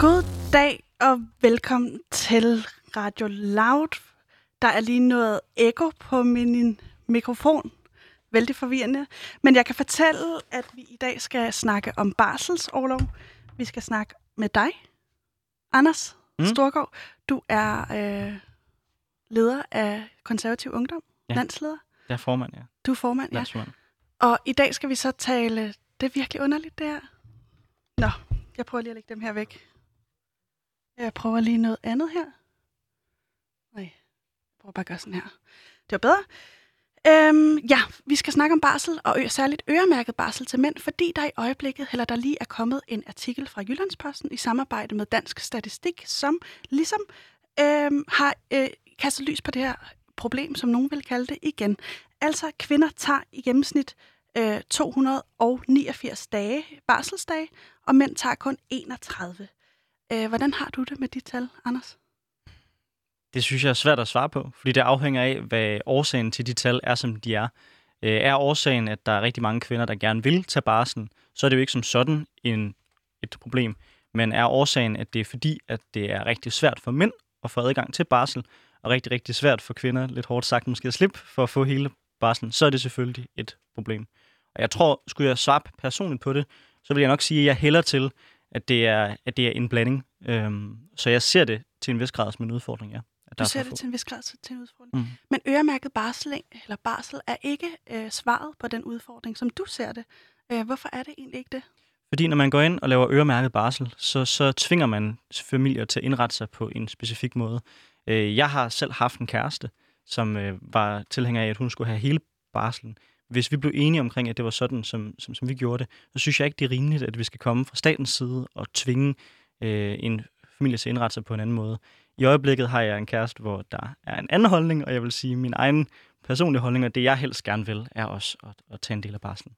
God dag og velkommen til Radio Loud. Der er lige noget ekko på min mikrofon. Vældig forvirrende. Men jeg kan fortælle, at vi i dag skal snakke om barselsorlov. Vi skal snakke med dig, Anders Storgård. Du er leder af Konservativ Ungdom, landsleder. Jeg er formand, ja. Du er formand, ja. Landsformand. Og i dag skal vi så tale... Det er virkelig underligt, det her. Nå, jeg prøver lige at lægge dem her væk. Jeg prøver lige noget andet her. Nej, jeg prøver bare at gøre sådan her. Det var bedre. Ja, vi skal snakke om barsel, og særligt øremærket barsel til mænd, fordi der i øjeblikket, eller der lige er kommet en artikel fra Jyllandsposten i samarbejde med Dansk Statistik, som ligesom har kastet lys på det her problem, som nogen vil kalde det igen. Altså, kvinder tager i gennemsnit 289 dage, barselsdage, og mænd tager kun 31. Hvordan har du det med de tal, Anders? Det synes jeg er svært at svare på, fordi det afhænger af, hvad årsagen til de tal er, som de er. Er årsagen, at der er rigtig mange kvinder, der gerne vil tage barsel, så er det jo ikke som sådan et problem. Men er årsagen, at det er fordi, at det er rigtig svært for mænd at få adgang til barsel, og rigtig, rigtig svært for kvinder, lidt hårdt sagt måske at slippe for at få hele barslen, så er det selvfølgelig et problem. Og jeg tror, skulle jeg svare personligt på det, så vil jeg nok sige, at jeg hælder til, at det er en blanding. Så jeg ser det til en vis grad som en udfordring, ja. Du ser det til en vis grad til en udfordring. Men øremærket barsel er ikke svaret på den udfordring, som du ser det. Hvorfor er det egentlig ikke det? Fordi når man går ind og laver øremærket barsel, så tvinger man familier til at indrette sig på en specifik måde. Jeg har selv haft en kæreste, som var tilhænger af, at hun skulle have hele barslen. Hvis vi blev enige omkring, at det var sådan, som vi gjorde det, så synes jeg ikke, det er rimeligt, at vi skal komme fra statens side og tvinge en familie til at indrette sig på en anden måde. I øjeblikket har jeg en kæreste, hvor der er en anden holdning, og jeg vil sige, min egen personlige holdning, og det jeg helst gerne vil, er også at tage en del af barslen.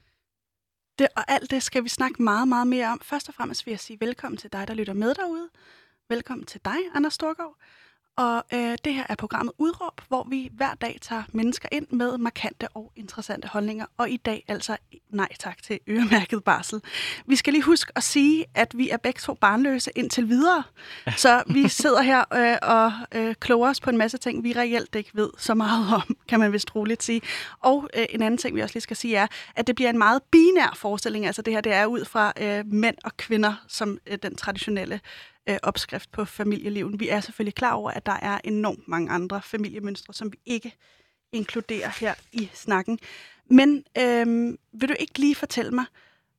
Og alt det skal vi snakke meget, meget mere om. Først og fremmest vil jeg sige velkommen til dig, der lytter med derude. Velkommen til dig, Anders Storgård. Og det her er programmet Udråb, hvor vi hver dag tager mennesker ind med markante og interessante holdninger. Og i dag altså nej tak til øremærket barsel. Vi skal lige huske at sige, at vi er begge to barnløse indtil videre. Ja. Så vi sidder her og kloger os på en masse ting, vi reelt ikke ved så meget om, kan man vist roligt sige. Og en anden ting, vi også lige skal sige, er, at det bliver en meget binær forestilling. Altså det her, det er ud fra mænd og kvinder som den traditionelle opskrift på familielivet. Vi er selvfølgelig klar over, at der er enormt mange andre familiemønstre, som vi ikke inkluderer her i snakken. Men vil du ikke lige fortælle mig,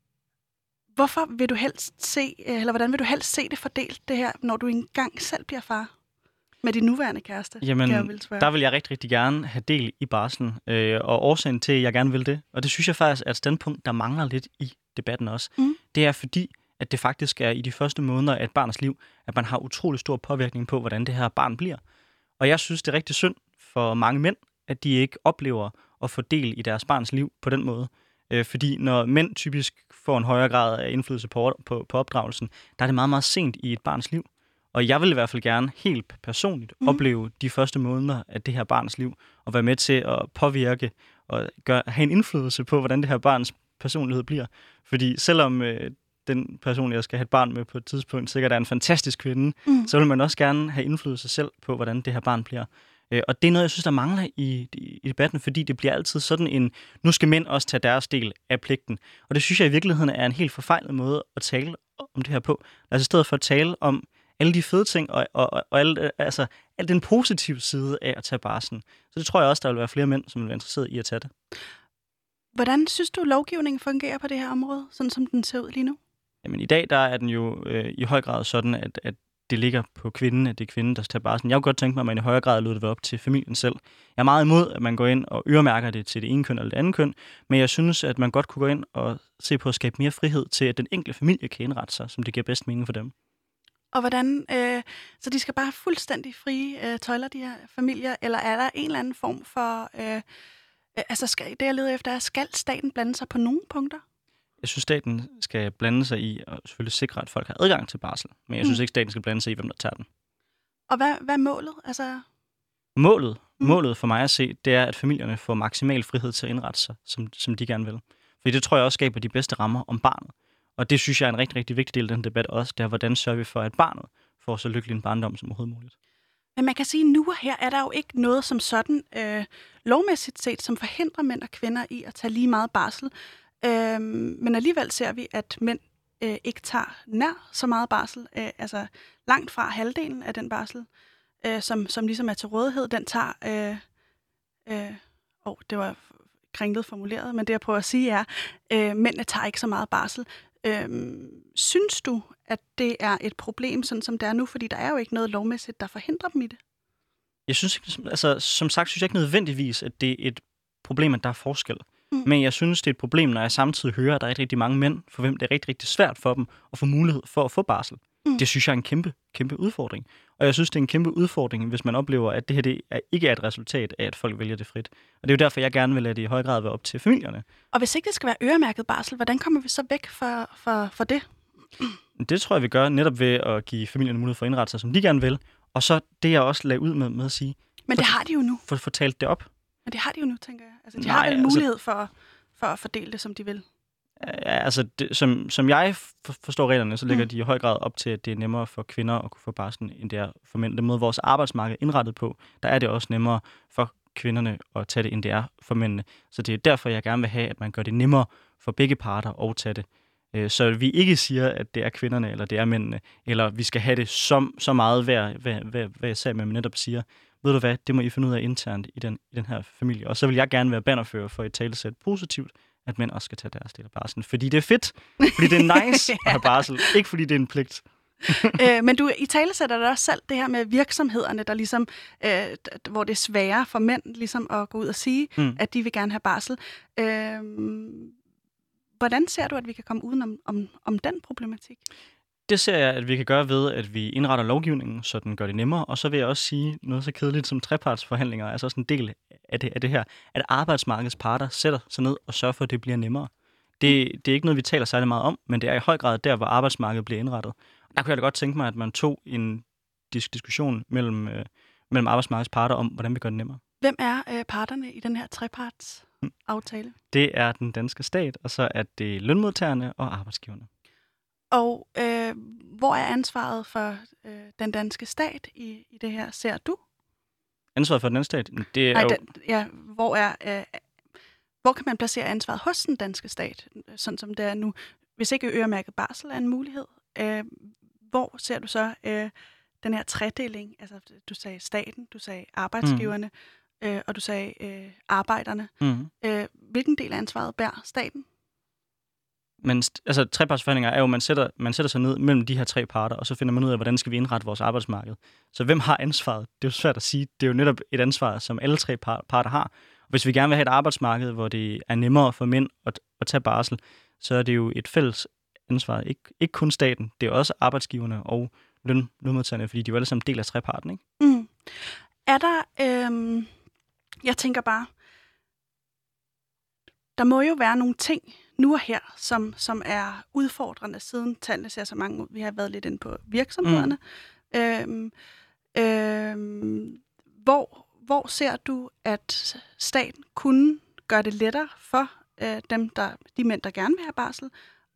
hvorfor vil du helst se, eller hvordan vil du helst se det fordelt, det her, når du engang selv bliver far med din nuværende kæreste? Jamen, der vil jeg rigtig, rigtig gerne have del i barslen, og årsagen til, at jeg gerne vil det, og det synes jeg faktisk er et standpunkt, der mangler lidt i debatten også, det er fordi, at det faktisk er i de første måneder af et barns liv, at man har utrolig stor påvirkning på, hvordan det her barn bliver. Og jeg synes, det er rigtig synd for mange mænd, at de ikke oplever at få del i deres barns liv på den måde. Fordi når mænd typisk får en højere grad af indflydelse på opdragelsen, der er det meget, meget sent i et barns liv. Og jeg vil i hvert fald gerne helt personligt opleve de første måneder af det her barns liv, og være med til at påvirke og have en indflydelse på, hvordan det her barns personlighed bliver. Fordi selvom den person, jeg skal have et barn med på et tidspunkt, sikkert er en fantastisk kvinde, så vil man også gerne have indflydelse selv på, hvordan det her barn bliver. Og det er noget, jeg synes, der mangler i debatten, fordi det bliver altid sådan en, nu skal mænd også tage deres del af pligten. Og det synes jeg i virkeligheden er en helt forfejlet måde at tale om det her på. Altså i stedet for at tale om alle de fede ting, og al den positive side af at tage barslen. Så det tror jeg også, der vil være flere mænd, som vil være interesseret i at tage det. Hvordan synes du, lovgivningen fungerer på det her område, sådan som den ser ud lige nu? Jamen i dag, der er den jo i høj grad sådan, at det ligger på kvinden, at det er kvinden, der skal tage barslen. Jeg kunne godt tænke mig, at man i højere grad lød det op til familien selv. Jeg er meget imod, at man går ind og øremærker det til det ene køn eller det andet køn, men jeg synes, at man godt kunne gå ind og se på at skabe mere frihed til, at den enkelte familie kan indrette sig, som det giver bedst mening for dem. Og hvordan, så de skal bare have fuldstændig frie tøjler, de her familier, eller er der en eller anden form for, det jeg leder efter, skal staten blande sig på nogle punkter? Jeg synes, staten skal blande sig i og selvfølgelig sikre, at folk har adgang til barsel. Men jeg synes ikke, staten skal blande sig i, hvem der tager den. Og hvad er målet? Altså... Målet for mig at se, det er, at familierne får maksimal frihed til at indrette sig, som de gerne vil. Fordi det tror jeg også skaber de bedste rammer om barnet. Og det synes jeg er en rigtig, rigtig vigtig del af den debat også, det er, hvordan sørger vi for, at barnet får så lykkelig en barndom som overhovedet muligt. Men man kan sige, at nu og her er der jo ikke noget som sådan lovmæssigt set, som forhindrer mænd og kvinder i at tage lige meget barsel. Men alligevel ser vi, at mænd ikke tager nær så meget barsel. Altså langt fra halvdelen af den barsel, som ligesom er til rådighed, den tager... det var kringlet formuleret, men det jeg prøver at sige er, mændene tager ikke så meget barsel. Synes du, at det er et problem, sådan som det er nu? Fordi der er jo ikke noget lovmæssigt, der forhindrer dem i det. Jeg synes, som sagt, synes jeg ikke nødvendigvis, at det er et problem, at der er forskel. Men jeg synes, det er et problem, når jeg samtidig hører, at der er rigtig mange mænd, for hvem det er rigtig, rigtig svært for dem at få mulighed for at få barsel. Det synes jeg er en kæmpe, kæmpe udfordring. Og jeg synes, det er en kæmpe udfordring, hvis man oplever, at det her ikke er et resultat af, at folk vælger det frit. Og det er jo derfor, jeg gerne vil lade det i høj grad være op til familierne. Og hvis ikke det skal være øremærket barsel, hvordan kommer vi så væk for det? Det tror jeg, vi gør netop ved at give familierne mulighed for at indrette sig, som de gerne vil. Og så det, jeg også lagde ud med at sige... Men det har de jo nu. For talt det op. Men det har de jo nu, tænker jeg. Altså, de har vel mulighed for at fordele det, som de vil. Ja, altså, som jeg forstår reglerne, så ligger de i høj grad op til, at det er nemmere for kvinder at kunne få barsel, end det er for mænd. Den måde, vores arbejdsmarked er indrettet på, der er det også nemmere for kvinderne at tage det, end det er for mændene. Så det er derfor, jeg gerne vil have, at man gør det nemmere for begge parter at tage det. Så vi ikke siger, at det er kvinderne, eller det er mændene, eller vi skal have det så meget hvad jeg sagde, men netop siger, ved du hvad, det må I finde ud af internt i den her familie. Og så vil jeg gerne være bannerfører for et talesæt positivt, at mænd også skal tage deres del af barsel. Fordi det er fedt, fordi det er nice at have barsel, ikke fordi det er en pligt. Men du i talesætter dig også selv det her med virksomhederne, der ligesom, hvor det er sværere for mænd ligesom at gå ud og sige, at de vil gerne have barsel. Hvordan ser du, at vi kan komme uden om den problematik? Det ser jeg, at vi kan gøre ved, at vi indretter lovgivningen, så den gør det nemmere. Og så vil jeg også sige noget så kedeligt som trepartsforhandlinger, er altså også en del af det her, at arbejdsmarkedets parter sætter sig ned og sørger for, at det bliver nemmere. Det er ikke noget, vi taler særlig meget om, men det er i høj grad der, hvor arbejdsmarkedet bliver indrettet. Der kunne jeg da godt tænke mig, at man tog en diskussion mellem arbejdsmarkedets parter om, hvordan vi gør det nemmere. Hvem er parterne i den her trepartsaftale? Det er den danske stat, og så er det lønmodtagerne og arbejdsgiverne. Og hvor er ansvaret for den danske stat i det her, ser du? Ansvaret for den danske stat? Det er hvor kan man placere ansvaret hos den danske stat, sådan som det er nu? Hvis ikke øremærket barsel er en mulighed, hvor ser du så den her tredeling? Altså, du sagde staten, du sagde arbejdsgiverne, og du sagde arbejderne. Hvilken del af ansvaret bærer staten? Men altså, trepartsforhandlinger er jo, man sætter sig ned mellem de her tre parter, og så finder man ud af, hvordan skal vi indrette vores arbejdsmarked. Så hvem har ansvaret? Det er jo svært at sige. Det er jo netop et ansvar, som alle tre parter har. Og hvis vi gerne vil have et arbejdsmarked, hvor det er nemmere for mænd at tage barsel, så er det jo et fælles ansvar. Ikke kun staten, det er også arbejdsgiverne og lønmodtagerne, fordi de er jo alle sammen del af treparten, ikke? Er der... jeg tænker bare, der må jo være nogle ting nu og her, som er udfordrende, siden tallene ser så mange ud. Vi har været lidt inde på virksomhederne. Hvor ser du, at staten kunne gøre det lettere for de mænd, der gerne vil have barsel,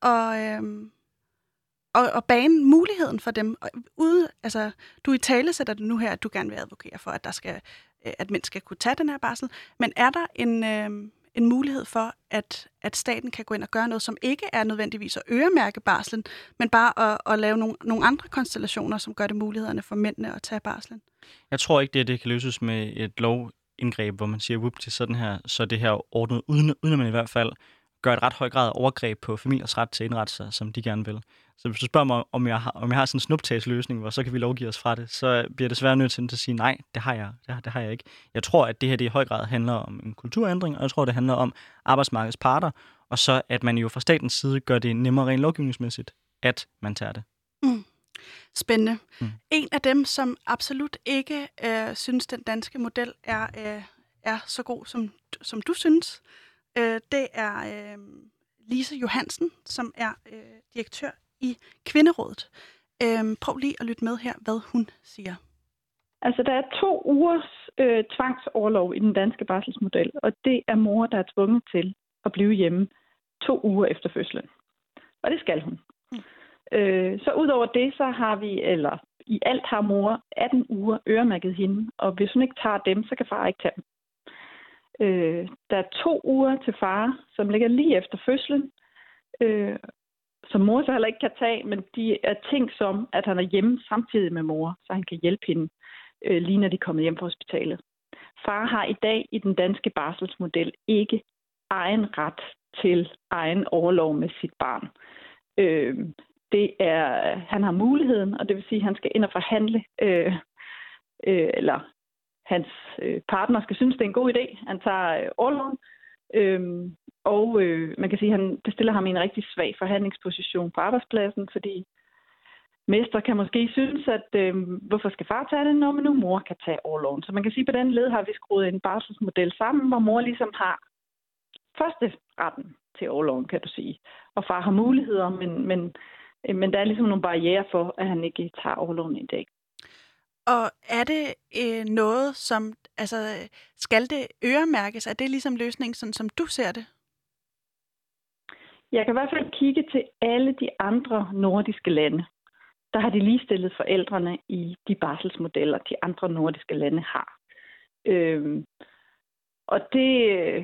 og bane muligheden for dem? Altså, du italesætter det nu her, at du gerne vil advokere for, at mænd skal kunne tage den her barsel. Men er der en mulighed for, at staten kan gå ind og gøre noget, som ikke er nødvendigvis at øremærke barslen, men bare at lave nogle andre konstellationer, som gør det mulighederne for mændene at tage barslen? Jeg tror ikke, det kan løses med et lovindgreb, hvor man siger, whoop, til sådan her, så det her ordnet, uden at man i hvert fald gør et ret høj grad af overgreb på familiers ret til at indrette sig, som de gerne vil. Så hvis du spørger mig, om jeg har sådan en snuptagsløsning, hvor så kan vi lovgive os fra det, så bliver det desværre nødt til at sige, nej, det har jeg ikke. Jeg tror, at det her i høj grad handler om en kulturændring, og jeg tror, det handler om arbejdsmarkedets parter, og så at man jo fra statens side gør det nemmere rent lovgivningsmæssigt, at man tager det. Spændende. En af dem, som absolut ikke synes, den danske model er så god, som du synes, det er Lise Johansen, som er direktør i Kvinderådet. Prøv lige at lytte med her, hvad hun siger. Altså, der er 2 ugers tvangsorlov i den danske barselsmodel, og det er mor, der er tvunget til at blive hjemme 2 uger efter fødslen. Og det skal hun. Så udover det, så har vi, eller i alt har mor 18 uger øremærket hende, og hvis hun ikke tager dem, så kan far ikke tage dem. Der er 2 uger til far, som ligger lige efter fødslen, som mor så heller ikke kan tage, men de er ting som, at han er hjemme samtidig med mor, så han kan hjælpe hende, lige når de er kommet hjem fra hospitalet. Far har i dag i den danske barselsmodel ikke egen ret til egen orlov med sit barn. Han har muligheden, og det vil sige, at han skal ind og forhandle, eller hans partner skal synes, det er en god idé. Han tager orloven, og man kan sige, at det stiller ham i en rigtig svag forhandlingsposition på arbejdspladsen, fordi mester kan måske synes, at hvorfor skal far tage det, når man nu mor kan tage orloven. Så man kan sige, at på den led har vi skruet en barselsmodel sammen, hvor mor ligesom har første retten til orloven, kan du sige. Og far har muligheder, men der er ligesom nogle barrierer for, at han ikke tager orloven i dag. Og er det noget, som, altså, skal det øremærkes? Er det ligesom løsningen, sådan som du ser det? Jeg kan i hvert fald kigge til alle de andre nordiske lande. Der har de ligestillet forældrene i de barselsmodeller, de andre nordiske lande har. Og det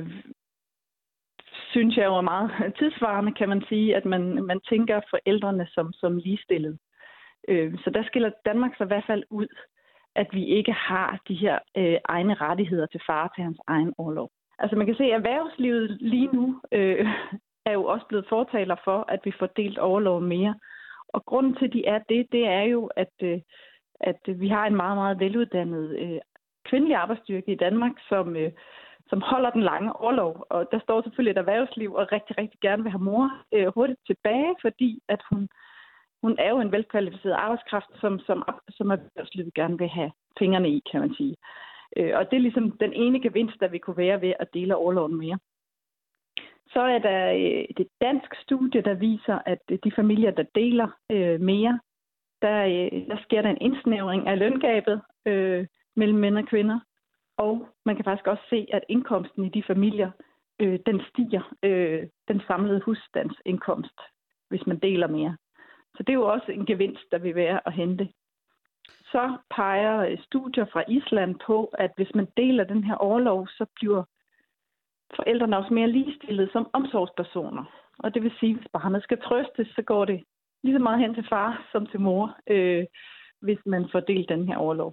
synes jeg jo er meget tidsvarende, kan man sige, at man tænker forældrene som ligestillet. Så der skiller Danmark sig i hvert fald ud, at vi ikke har de her egne rettigheder til far til hans egen orlov. Altså man kan se, at erhvervslivet lige nu er jo også blevet fortaler for, at vi får delt orlov mere. Og grunden til, at de er det er jo, at vi har en meget, meget veluddannet kvindelig arbejdsstyrke i Danmark, som holder den lange orlov. Og der står selvfølgelig et erhvervsliv og rigtig, rigtig gerne vil have mor hurtigt tilbage, fordi at hun er jo en velkvalificeret arbejdskraft, som erhvervslivet gerne vil have fingrene i, kan man sige. Og det er ligesom den ene gevinst, der vi kunne være ved at dele orloven mere. Så er der et dansk studie, der viser, at de familier, der deler mere, der sker der en indsnævring af løngabet mellem mænd og kvinder. Og man kan faktisk også se, at indkomsten i de familier, den stiger, den samlede husstandsindkomst, hvis man deler mere. Så det er jo også en gevinst, der vil være at hente. Så peger studier fra Island på, at hvis man deler den her orlov, så bliver forældrene også mere ligestillede som omsorgspersoner. Og det vil sige, at hvis barnet skal trøstes, så går det lige så meget hen til far som til mor, hvis man får delt den her orlov.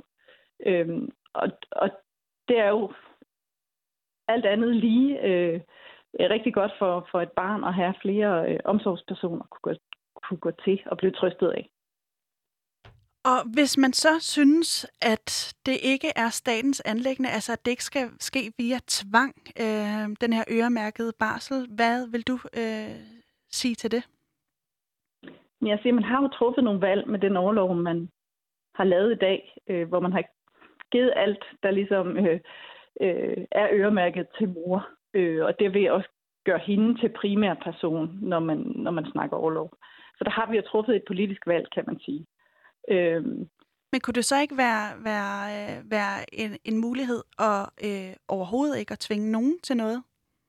Og det er jo alt andet lige rigtig godt for et barn at have flere omsorgspersoner kunne gå til og blive trøstet af. Og hvis man så synes, at det ikke er statens anliggende, altså at det ikke skal ske via tvang, den her øremærkede barsel, hvad vil du sige til det? Jeg siger, man har jo truffet nogle valg med den orlov, man har lavet i dag, hvor man har givet alt, der ligesom er øremærket til mor. Og det vil også gøre hende til primær person, når man snakker orlov. Så der har vi jo truffet et politisk valg, kan man sige. Men kunne det så ikke være en mulighed at overhovedet ikke at tvinge nogen til noget?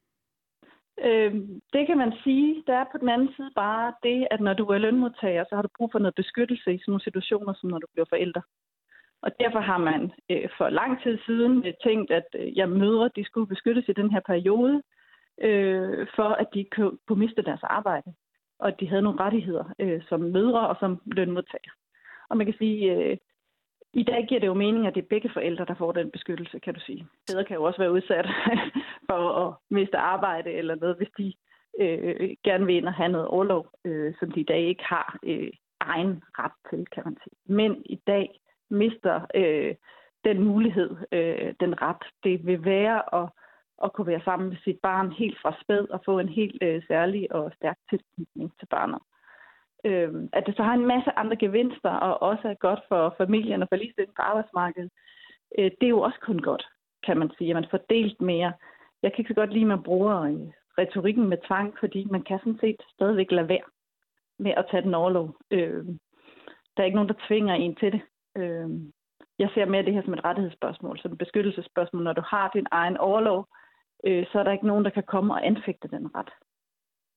Det kan man sige. Der er på den anden side bare det, at når du er lønmodtager, så har du brug for noget beskyttelse i sådan nogle situationer, som når du bliver forælder. Og derfor har man for lang tid siden tænkt, at mødre de skulle beskyttes i den her periode, for at de kunne miste deres arbejde, og at de havde nogle rettigheder som mødre og som lønmodtager. Og man kan sige, i dag giver det jo mening, at det er begge forældre, der får den beskyttelse, kan du sige. Fædre kan jo også være udsat for at miste arbejde eller noget, hvis de gerne vil ind og have noget orlov, som de i dag ikke har egen ret til, kan man sige. Men i dag mister den mulighed, den ret, det vil være at kunne være sammen med sit barn helt fra spæd og få en helt særlig og stærk tilknytning til barnet. At det så har en masse andre gevinster, og også er godt for familien og for ligestilling på arbejdsmarkedet, det er jo også kun godt, kan man sige, at man får delt mere. Jeg kan ikke så godt lide, at man bruger retorikken med tvang, fordi man kan sådan set stadigvæk lade være med at tage den orlov. Der er ikke nogen, der tvinger en til det. Jeg ser mere det her som et rettighedsspørgsmål, som et beskyttelsesspørgsmål. Når du har din egen orlov, så er der ikke nogen, der kan komme og anfægte den ret.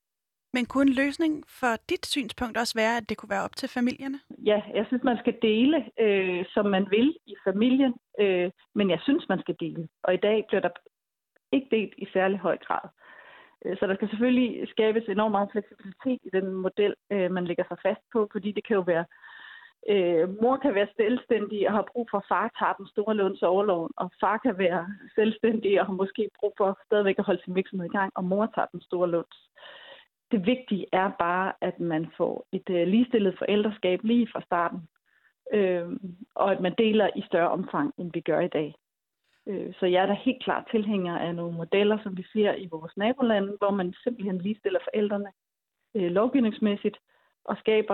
Men kunne en løsning for dit synspunkt også være, at det kunne være op til familierne? Ja, jeg synes, man skal dele, som man vil i familien, men jeg synes, man skal dele. Og i dag bliver der ikke delt i særlig høj grad. Så der skal selvfølgelig skabes enormt meget fleksibilitet i den model, man lægger sig fast på, fordi det kan jo være, mor kan være selvstændig og har brug for, at far tager den store løns overloven, og far kan være selvstændig og har måske brug for stadigvæk at holde sin virksomhed i gang, og mor tager den store løns. Det vigtige er bare, at man får et ligestillet forældreskab lige fra starten, og at man deler i større omfang, end vi gør i dag. Så jeg er da helt klart tilhænger af nogle modeller, som vi ser i vores nabolande, hvor man simpelthen ligestiller forældrene lovgivningsmæssigt og skaber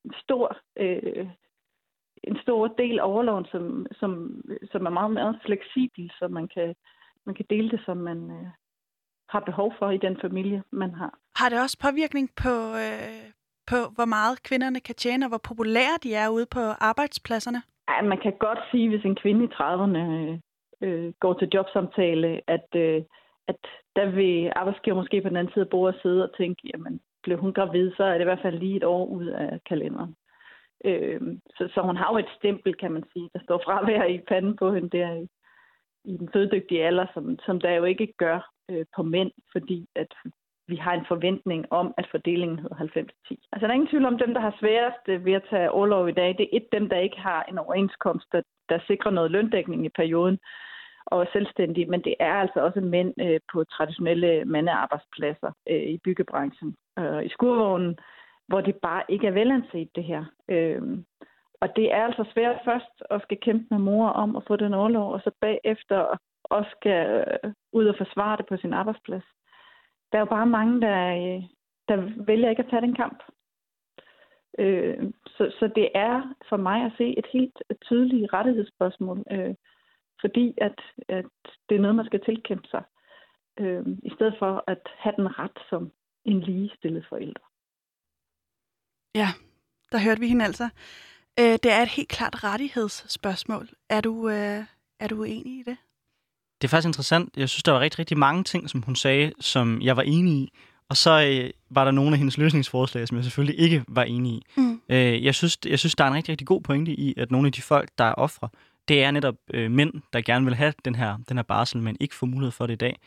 en stor del af overloven, som er meget, meget fleksibel, så man kan dele det, som man har behov for i den familie, man har. Har det også påvirkning på hvor meget kvinderne kan tjene, og hvor populære de er ude på arbejdspladserne? Ja, man kan godt sige, hvis en kvinde i 30'erne går til jobsamtale, at der vil arbejdsgiver måske på den anden side af bordet sidde og tænke, jamen, blev hun gravid, så er det i hvert fald lige et år ud af kalenderen. Så hun har jo et stempel, kan man sige, der står fravær i panden på hende der i den fødedygtige alder, som der jo ikke gør på mænd, fordi at vi har en forventning om, at fordelingen hedder 90-10. Altså, der er ingen tvivl om dem, der har sværest ved at tage orlov i dag. Det er dem, der ikke har en overenskomst, der sikrer noget løndækning i perioden og er selvstændige. Men det er altså også mænd på traditionelle mandearbejdspladser i byggebranchen i skurvognen, hvor det bare ikke er velanset, det her. Og det er altså svært først at skal kæmpe med mor om at få den orlov, og så bagefter også skal ud og forsvare det på sin arbejdsplads. Der er jo bare mange, der vælger ikke at tage den kamp. Så det er for mig at se et helt tydeligt rettighedsspørgsmål, fordi at det er noget, man skal tilkæmpe sig, i stedet for at have den ret som en ligestillet forælder. Ja, der hørte vi hende altså. Det er et helt klart rettighedsspørgsmål. Er du uenig i det? Det er faktisk interessant. Jeg synes, der var rigtig, rigtig mange ting, som hun sagde, som jeg var enig i. Og så var der nogle af hendes løsningsforslag, som jeg selvfølgelig ikke var enig i. Jeg synes, der er en rigtig, rigtig god pointe i, at nogle af de folk, der er ofre, det er netop mænd, der gerne vil have den her barsel, men ikke får mulighed for det i dag.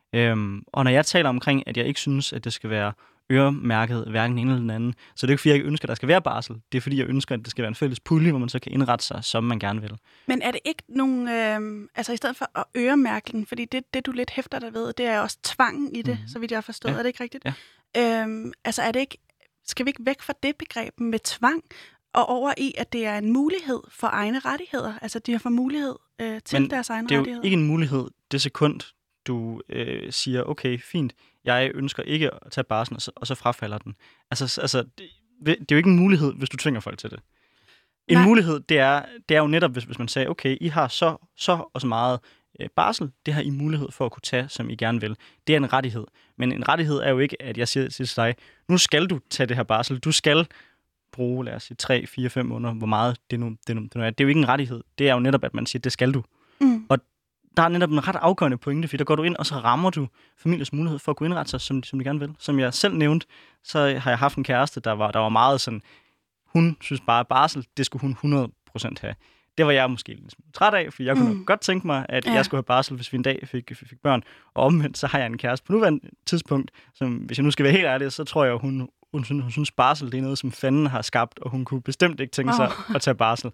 Og når jeg taler omkring, at jeg ikke synes, at det skal være øremærket hverken en eller den anden, så det er ikke fordi, jeg ikke ønsker, at der skal være barsel. Det er fordi, jeg ønsker, at det skal være en fælles pulje, hvor man så kan indrette sig, som man gerne vil. Men er det ikke nogen, altså i stedet for at øremærke den, fordi det du lidt hæfter dig ved, det er også tvangen i det, så vidt jeg har forstået. Ja. Er det ikke rigtigt? Ja. Altså er det ikke, skal vi ikke væk fra det begreb med tvang, og over i, at det er en mulighed for egne rettigheder? Altså de har fået mulighed til deres egne rettigheder. Men det er jo ikke en mulighed det sekund, du siger, okay, fint, jeg ønsker ikke at tage barslen, og så frafalder den. Altså det er jo ikke en mulighed, hvis du tvinger folk til det. En mulighed, det er jo netop, hvis man sagde, okay, I har så og så meget barsel, det har I mulighed for at kunne tage, som I gerne vil. Det er en rettighed. Men en rettighed er jo ikke, at jeg siger til dig, nu skal du tage det her barsel, du skal bruge, lad os sige, 3, 4, 5 måneder, hvor meget det nu er. Det er jo ikke en rettighed. Det er jo netop, at man siger, det skal du. Og der er netop en ret afgørende pointe, fordi der går du ind, og så rammer du familiens mulighed for at kunne indrette sig, som de gerne vil. Som jeg selv nævnte, så har jeg haft en kæreste, der var meget sådan, hun synes bare, at barsel, det skulle hun 100% have. Det var jeg måske lidt træt af, for jeg kunne godt tænke mig, at jeg skulle have barsel, hvis vi en dag fik børn. Og omvendt, så har jeg en kæreste på nuværende tidspunkt, som, hvis jeg nu skal være helt ærlig, så tror jeg, hun synes barsel, det er noget, som fanden har skabt, og hun kunne bestemt ikke tænke sig at tage barsel.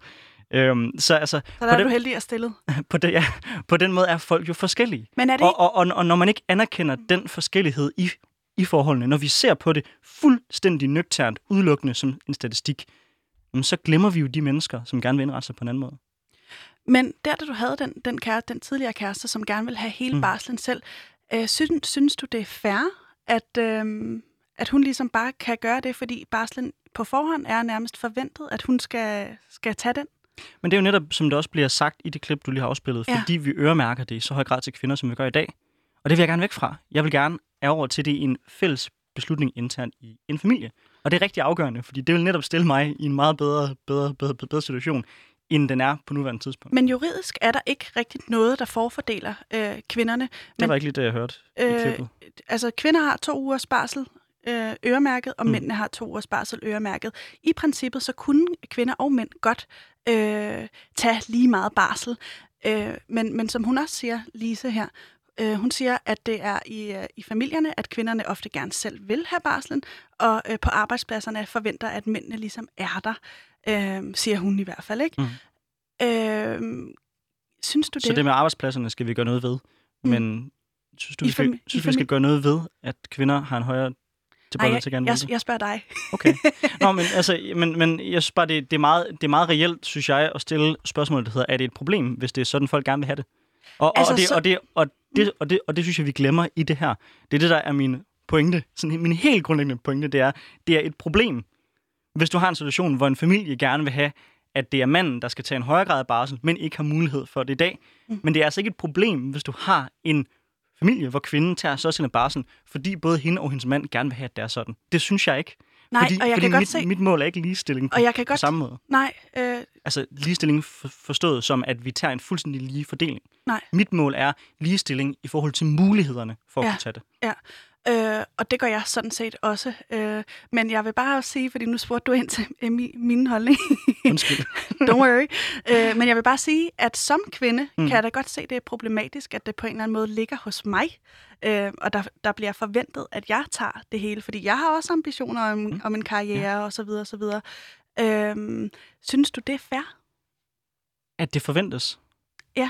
Så der er du heldig at stille. På den måde er folk jo forskellige. Men er det og når man ikke anerkender den forskellighed i forholdene, når vi ser på det fuldstændig nøgternt, udelukkende som en statistik, så glemmer vi jo de mennesker, som gerne vil indrette sig på en anden måde. Men da du havde den tidligere kæreste, som gerne vil have hele barslen selv, synes du, det er fair, at hun ligesom bare kan gøre det, fordi barslen på forhånd er nærmest forventet, at hun skal tage den? Men det er jo netop, som det også bliver sagt i det klip, du lige har afspillet, fordi vi øremærker det i så høj grad til kvinder, som vi gør i dag. Og det vil jeg gerne væk fra. Jeg vil gerne over til det i en fælles beslutning internt i en familie. Og det er rigtig afgørende, fordi det vil netop stille mig i en meget bedre situation, end den er på nuværende tidspunkt. Men juridisk er der ikke rigtigt noget, der forfordeler kvinderne. Det var ikke lige det, jeg hørte i klippet. Altså, kvinder har 2 ugers barsel øremærket, og mændene har 2 ugers barsel øremærket. I princippet så kunne kvinder og mænd godt tage lige meget barsel. Men som hun også siger, Lise her, hun siger, at det er i familierne, at kvinderne ofte gerne selv vil have barslen, og på arbejdspladserne forventer, at mændene ligesom er der, siger hun i hvert fald, ikke? Synes du det? Så det med arbejdspladserne skal vi gøre noget ved, men synes du, vi skal gøre noget ved, at kvinder har en højere tilbøjelighed til gerne vil det? Jeg spørger dig. Okay. Nå, men altså, men jeg synes bare, det er meget reelt, synes jeg, at stille spørgsmålet, der hedder, er det et problem, hvis det er sådan, folk gerne vil have det? Og det synes jeg, vi glemmer i det her. Det er det, der er min pointe. Sådan, min helt grundlæggende pointe, det er et problem, hvis du har en situation, hvor en familie gerne vil have, at det er manden, der skal tage en højere grad af barsel, men ikke har mulighed for det i dag. Men det er altså ikke et problem, hvis du har en familie, hvor kvinden tager så sin barsel, fordi både hende og hendes mand gerne vil have, at det er sådan. Det synes jeg ikke. Nej, og jeg kan godt se... Mit mål er ikke ligestilling på samme måde. Nej. Altså ligestilling forstået som, at vi tager en fuldstændig lige fordeling. Nej. Mit mål er ligestilling i forhold til mulighederne for at kunne tage det. Ja. Og det gør jeg sådan set også. Men jeg vil bare sige, fordi nu spurgte du ind til min holdning. Undskyld. Don't worry. Men jeg vil bare sige, at som kvinde kan jeg da godt se, at det er problematisk, at det på en eller anden måde ligger hos mig. Og der bliver forventet, at jeg tager det hele. Fordi jeg har også ambitioner om en karriere og så videre, og så videre. Synes du, det er fair? At det forventes? Ja.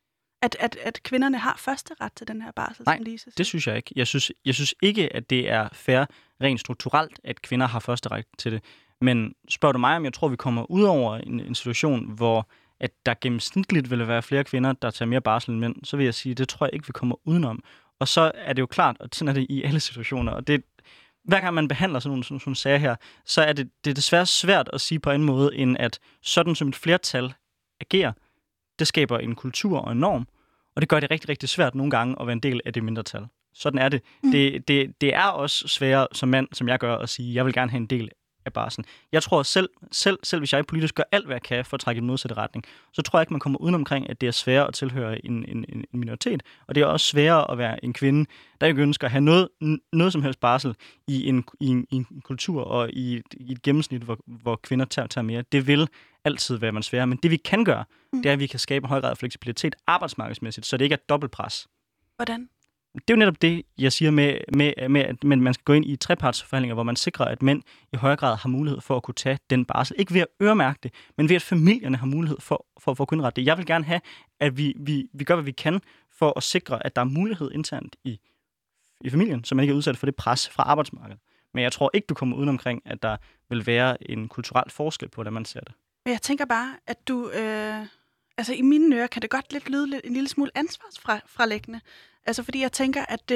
At kvinderne har første ret til den her barsel, som Lise siger. Det synes jeg ikke. Jeg synes ikke, at det er fair rent strukturelt, at kvinder har første ret til det. Men spørger du mig, om jeg tror, vi kommer ud over en situation, hvor at der gennemsnitligt vil være flere kvinder, der tager mere barsel end mænd, så vil jeg sige, det tror jeg ikke, vi kommer udenom. Og så er det jo klart, og sådan er det i alle situationer, og det hver gang man behandler sådan nogle sager her, så er det desværre svært at sige på en måde, end at sådan som et flertal agerer, det skaber en kultur og en norm, og det gør det rigtig, rigtig svært nogle gange at være en del af det mindretal. Sådan er det. Det er også sværere som mand, som jeg gør, at sige, jeg vil gerne have en del af barslen. Jeg tror selv hvis jeg politisk gør alt, hvad jeg kan for at trække i den modsatte retning, så tror jeg ikke, man kommer udenomkring, at det er sværere at tilhøre en minoritet, og det er også sværere at være en kvinde, der ikke ønsker at have noget som helst barsel i en kultur og i et gennemsnit, hvor kvinder tager mere. Det vil altid være man sværere, men det vi kan gøre, det er, at vi kan skabe en høj grad af fleksibilitet arbejdsmarkedsmæssigt, så det ikke er dobbeltpres. Hvordan? Det er jo netop det, jeg siger med at man skal gå ind i trepartsforhandlinger, hvor man sikrer, at mænd i højere grad har mulighed for at kunne tage den barsel. Ikke ved at øremærke det, men ved at familierne har mulighed for at kunne indrette det. Jeg vil gerne have, at vi gør, hvad vi kan for at sikre, at der er mulighed internt i familien, så man ikke er udsat for det pres fra arbejdsmarkedet. Men jeg tror ikke, du kommer udenomkring, at der vil være en kulturel forskel på, hvordan man ser det. Men jeg tænker bare, at du... Altså i mine ører kan det godt lyde en lille smule ansvarsfralæggende. Altså fordi jeg tænker, at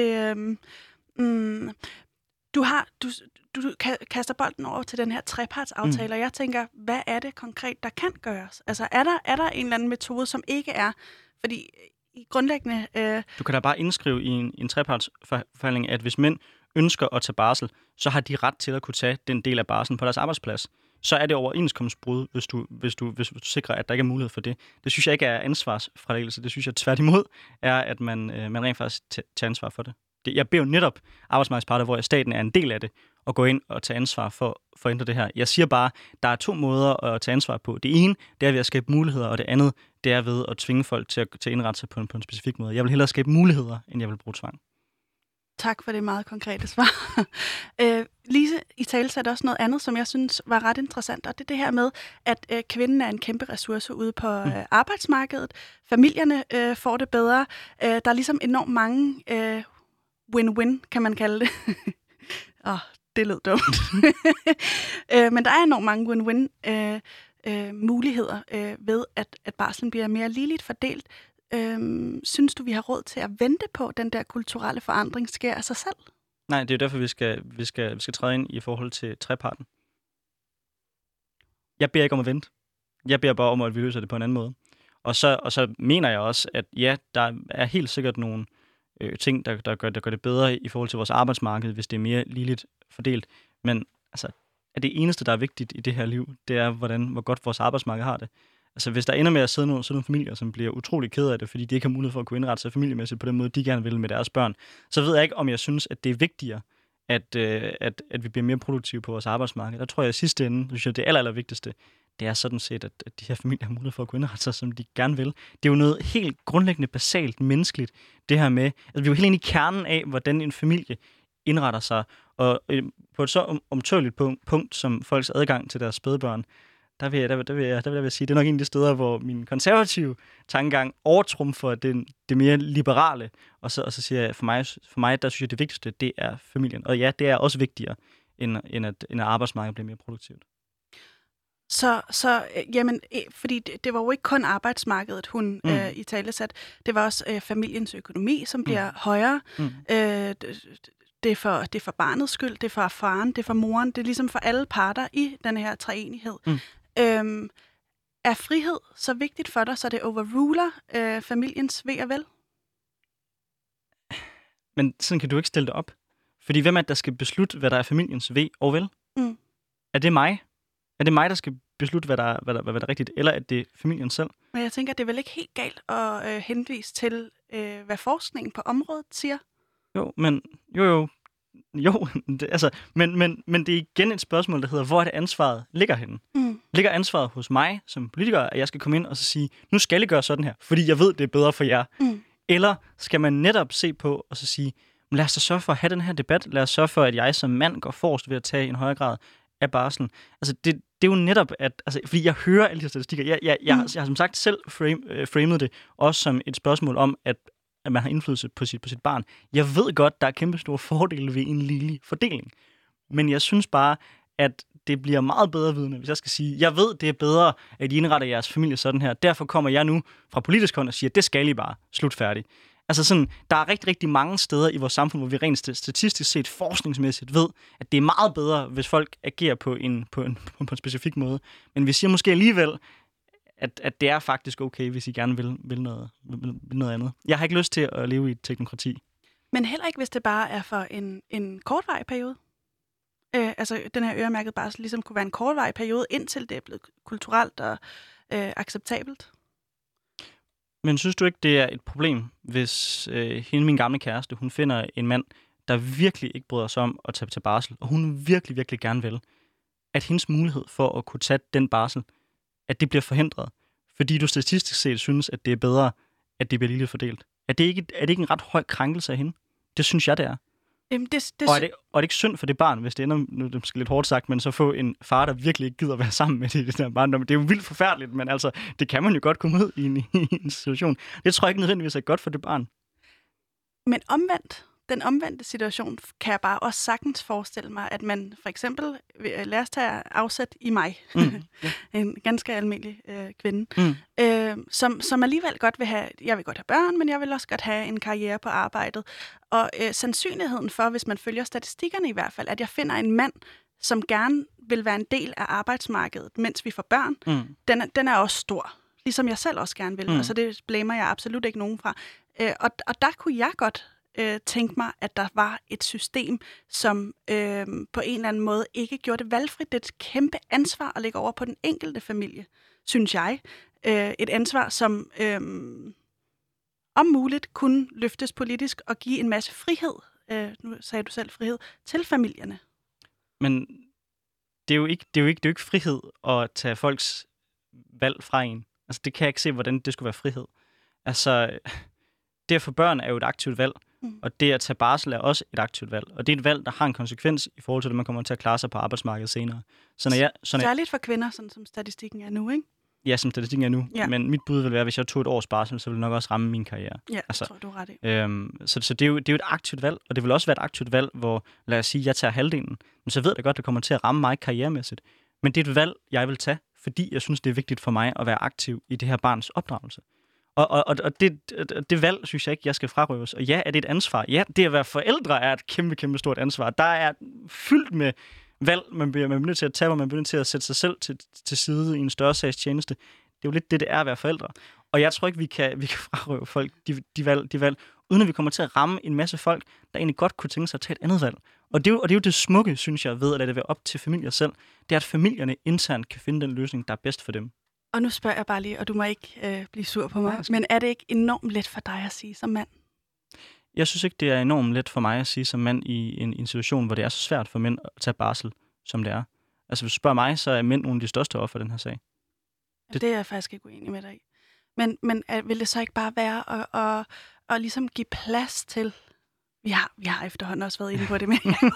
du kaster bolden over til den her trepartsaftale, og jeg tænker, hvad er det konkret, der kan gøres? Altså er der en eller anden metode, som ikke er, fordi i grundlæggende... Du kan da bare indskrive i en trepartsforhandling, at hvis mænd ønsker at tage barsel, så har de ret til at kunne tage den del af barslen på deres arbejdsplads. Så er det overenskomstbrud, hvis du sikrer, at der ikke er mulighed for det. Det synes jeg ikke er ansvarsfralæggelse. Det synes jeg tværtimod er, at man rent faktisk tager ansvar for det. Jeg beder jo netop arbejdsmarkedsparter, hvor staten er en del af det, at gå ind og tage ansvar for at ændre det her. Jeg siger bare, der er 2 måder at tage ansvar på. Det ene, det er ved at skabe muligheder, og det andet, det er ved at tvinge folk til at indrette sig på en specifik måde. Jeg vil hellere skabe muligheder, end jeg vil bruge tvang. Tak for det meget konkrete svar. Lise, i tale satte også noget andet, som jeg synes var ret interessant, og det er det her med, at kvinden er en kæmpe ressource ude på arbejdsmarkedet. Familierne får det bedre. Der er ligesom enormt mange win-win, kan man kalde det. Det lød dumt. Men der er enormt mange win-win muligheder ved, at barslen bliver mere ligeligt fordelt. Synes du, vi har råd til at vente på, at den der kulturelle forandring sker af sig selv? Nej, det er jo derfor, vi skal træde ind i forhold til treparten. Jeg beder ikke om at vente. Jeg beder bare om, at vi løser det på en anden måde. Og så mener jeg også, at ja, der er helt sikkert nogle ting, der gør det bedre i forhold til vores arbejdsmarked, hvis det er mere ligeligt fordelt. Men altså, at det eneste, der er vigtigt i det her liv, det er, hvor godt vores arbejdsmarked har det. Altså, hvis der ender med at sidde nogle familier, som bliver utrolig ked af det, fordi de ikke har mulighed for at kunne indrette sig familiemæssigt på den måde, de gerne vil med deres børn, så ved jeg ikke, om jeg synes, at det er vigtigere, at vi bliver mere produktive på vores arbejdsmarked. Der tror jeg i sidste ende, synes jeg, det aller vigtigste, det er sådan set, at de her familier har mulighed for at kunne indrette sig, som de gerne vil. Det er jo noget helt grundlæggende, basalt, menneskeligt, det her med, altså vi er jo helt inde i kernen af, hvordan en familie indretter sig, og på et så omtørligt punkt, som folks adgang til deres spædbørn, der vil jeg sige, det er nok en af de steder, hvor min konservative tankegang overtrumfer det mere liberale, og så siger jeg, for mig, der synes jeg, det vigtigste, det er familien. Og ja, det er også vigtigere, end at arbejdsmarkedet bliver mere produktivt. Så jamen, fordi det var jo ikke kun arbejdsmarkedet, hun i talesat. Det var også familiens økonomi, som bliver højere. Det er for barnets skyld, det er for faren, det er for moren, det er ligesom for alle parter i den her treenighed. Er frihed så vigtigt for dig, så det overruler familiens ve og vel? Men sådan kan du ikke stille det op. Fordi hvem er det, der skal beslutte, hvad der er familiens ve og vel? Er det mig? Er det mig, der skal beslutte, hvad der er rigtigt, eller er det familien selv? Men jeg tænker, det er vel ikke helt galt at henvise til, hvad forskningen på området siger? Men det er igen et spørgsmål, der hedder, hvor er det ansvaret ligger henne? Ligger ansvaret hos mig som politiker, at jeg skal komme ind og så sige, nu skal I gøre sådan her, fordi jeg ved, det er bedre for jer? Eller skal man netop se på og så sige, lad os da sørge for at have den her debat, lad os sørge for, at jeg som mand går forrest ved at tage en højere grad af barslen. Altså det er jo netop, fordi jeg hører alle de statistikker. Jeg har som sagt selv framet det også som et spørgsmål om, at man har indflydelse på sit barn. Jeg ved godt, der er kæmpe store fordele ved en ligelig fordeling. Men jeg synes bare, at det bliver meget bedre vidne, hvis jeg skal sige, jeg ved, det er bedre, at I indretter jeres familie sådan her. Derfor kommer jeg nu fra politisk hånd og siger, at det skal I bare. Slut færdig. Altså sådan, der er rigtig, rigtig mange steder i vores samfund, hvor vi rent statistisk set, forskningsmæssigt ved, at det er meget bedre, hvis folk agerer på en specifik måde. Men vi siger måske alligevel, at det er faktisk okay, hvis I gerne vil noget andet. Jeg har ikke lyst til at leve i et teknokrati. Men heller ikke, hvis det bare er for en kortvarig periode. Altså, den her øremærkede barsel ligesom kunne være en kortvarig periode, indtil det er blevet kulturelt og acceptabelt. Men synes du ikke, det er et problem, hvis min gamle kæreste, hun finder en mand, der virkelig ikke bryder sig om at tage til barsel, og hun virkelig, virkelig gerne vil, at hendes mulighed for at kunne tage den barsel, at det bliver forhindret, fordi du statistisk set synes, at det er bedre, at det bliver ligeligt fordelt? Er det ikke en ret høj krænkelse af hende? Det synes jeg, det er. Og er det ikke synd for det barn, hvis det ender, nu er det måske lidt hårdt sagt, men så få en far, der virkelig ikke gider være sammen med det der barndom. Det er jo vildt forfærdeligt, men altså, det kan man jo godt komme ud i en situation. Det tror jeg ikke nødvendigvis er godt for det barn. Men den omvendte situation kan jeg bare også sagtens forestille mig, at man for eksempel, lad os tage afsæt i mig, en ganske almindelig kvinde, som alligevel godt vil have, jeg vil godt have børn, men jeg vil også godt have en karriere på arbejdet. Og sandsynligheden for, hvis man følger statistikkerne i hvert fald, at jeg finder en mand, som gerne vil være en del af arbejdsmarkedet, mens vi får børn, den er også stor. Ligesom jeg selv også gerne vil, og så det blamer jeg absolut ikke nogen fra. Og der kunne jeg godt tænke mig, at der var et system, som på en eller anden måde ikke gjorde det valgfrit. Det er et kæmpe ansvar at lægge over på den enkelte familie, synes jeg. Et ansvar, som om muligt kunne løftes politisk og give en masse frihed, nu sagde du selv frihed, til familierne. Men det er jo ikke frihed at tage folks valg fra en. Altså, det kan jeg ikke se, hvordan det skulle være frihed. Altså, det at få børn er jo et aktivt valg, og det at tage barsel er også et aktivt valg. Og det er et valg, der har en konsekvens i forhold til, at man kommer til at klare sig på arbejdsmarkedet senere. Særligt for kvinder, sådan som statistikken er nu, ikke? Ja, som statistikken er nu. Ja. Men mit bud vil være, at hvis jeg tog et års barsel, så ville det nok også ramme min karriere. Ja, altså, tror du ret i. Så det er jo et aktivt valg, og det vil også være et aktivt valg, hvor, lad os sige, jeg tager halvdelen. Men så ved jeg godt, at det kommer til at ramme mig karrieremæssigt. Men det er et valg, jeg vil tage, fordi jeg synes, det er vigtigt for mig at være aktiv i det her barns opdragelse. Og det valg, synes jeg ikke, jeg skal frarøves. Og ja, er det et ansvar? Ja, det at være forældre er et kæmpe, kæmpe stort ansvar. Der er fyldt med valg, man bliver nødt til at tage, hvor man bliver nødt til at sætte sig selv til side i en større sags tjeneste. Det er jo lidt det er at være forældre. Og jeg tror ikke, vi kan frarøve folk de valg, uden at vi kommer til at ramme en masse folk, der egentlig godt kunne tænke sig at tage et andet valg. Og det er jo det smukke, synes jeg, ved at lade det være op til familier selv. Det er, at familierne internt kan finde den løsning, der er bedst for dem. Og nu spørger jeg bare lige, og du må ikke blive sur på mig, men er det ikke enormt let for dig at sige som mand? Jeg synes ikke, det er enormt let for mig at sige som mand i en situation, hvor det er så svært for mænd at tage barsel, som det er. Altså, hvis du spørger mig, så er mænd nogle af de største offer i den her sag. Det er jeg faktisk ikke uenig med dig i. Men vil det så ikke bare være at ligesom give plads til... Vi har efterhånden også været inde på det,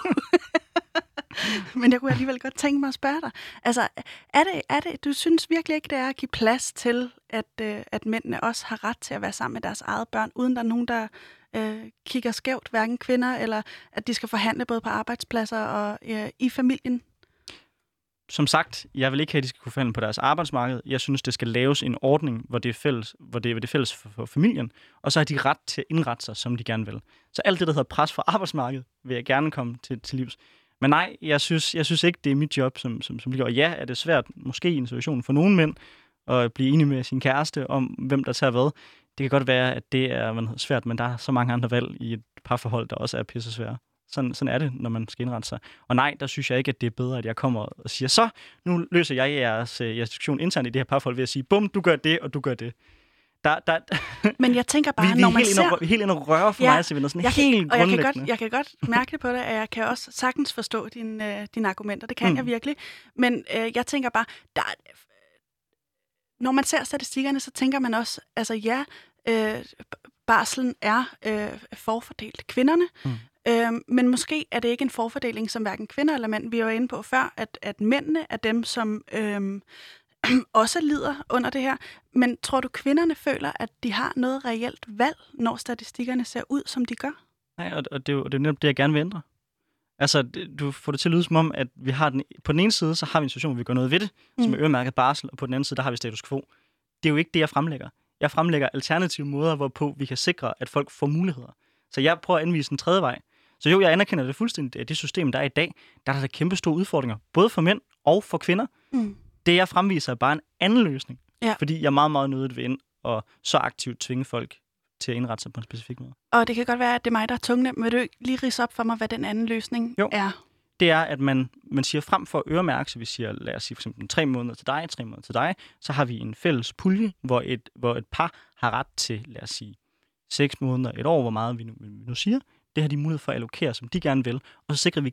men jeg kunne alligevel godt tænke mig at spørge dig. Altså, er det, du synes virkelig ikke, det er at give plads til, at mændene også har ret til at være sammen med deres eget børn, uden der er nogen, der kigger skævt, hverken kvinder, eller at de skal forhandle både på arbejdspladser og i familien? Som sagt, jeg vil ikke have, at de skal kunne forhandle på deres arbejdsmarked. Jeg synes, det skal laves en ordning, hvor det er fælles for familien, og så har de ret til at indrette sig, som de gerne vil. Så alt det, der hedder pres fra arbejdsmarkedet, vil jeg gerne komme til livs. Men nej, jeg synes ikke, det er mit job, som ligger. Og ja, er det svært, måske i en situation for nogle mænd, at blive enige med sin kæreste om, hvem der tager hvad. Det kan godt være, at det er svært, men der er så mange andre valg i et parforhold, der også er pisse svære. Sådan er det, når man skal indrette sig. Og nej, der synes jeg ikke, at det er bedre, at jeg kommer og siger, så nu løser jeg jeres diskussion internt i det her parforhold ved at sige, bum, du gør det, og du gør det. Men jeg tænker bare, når man ser... Vi er helt inde og røre for mig, så vi er sådan helt grundlæggende. Jeg kan godt mærke det på det, at jeg kan også sagtens forstå dine argumenter. Det kan jeg virkelig. Men jeg tænker bare, når man ser statistikkerne, så tænker man også, altså barslen er forfordelt kvinderne. Men måske er det ikke en forfordeling, som hverken kvinder eller mænd. Vi var inde på før, at mændene er dem, som også lider under det her. Men tror du, kvinderne føler, at de har noget reelt valg, når statistikkerne ser ud, som de gør? Nej, og det er jo netop det, jeg gerne vil ændre. Altså, du får det til at lyde som om, at vi har på den ene side, så har vi en situation, hvor vi gør noget ved det, som er øremærket barsel, og på den anden side, der har vi status quo. Det er jo ikke det, jeg fremlægger. Jeg fremlægger alternative måder, hvorpå vi kan sikre, at folk får muligheder. Så jeg prøver at anvise en tredje vej. Så jo, jeg anerkender det fuldstændig, at det system, der er i dag, der er der kæmpe store udfordringer, både for mænd og for kvinder. Det, jeg fremviser, er bare en anden løsning. Ja. Fordi jeg er meget, meget nødigt ved ind og så aktivt tvinge folk til at indrette sig på en specifik måde. Og det kan godt være, at det er mig, der er tungnem. Vil du ikke lige ridse op for mig, hvad den anden løsning er? Det er, at man siger frem for at øremærke, så vi siger, lad os sige for eksempel 3 måneder til dig, 3 måneder til dig, så har vi en fælles pulje, hvor et par har ret til, lad os sige, 6 måneder, 1 år, hvor meget vi nu siger. Det har de mulighed for at allokere, som de gerne vil. Og så sikrer vi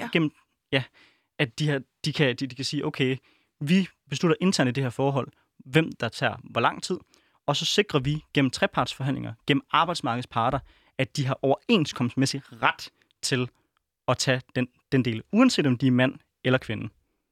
at de kan sige, okay, vi beslutter internt i det her forhold, hvem der tager hvor lang tid, og så sikrer vi gennem trepartsforhandlinger, gennem arbejdsmarkedets parter, at de har overenskomstmæssig ret til at tage den del, uanset om de er mand eller kvinde.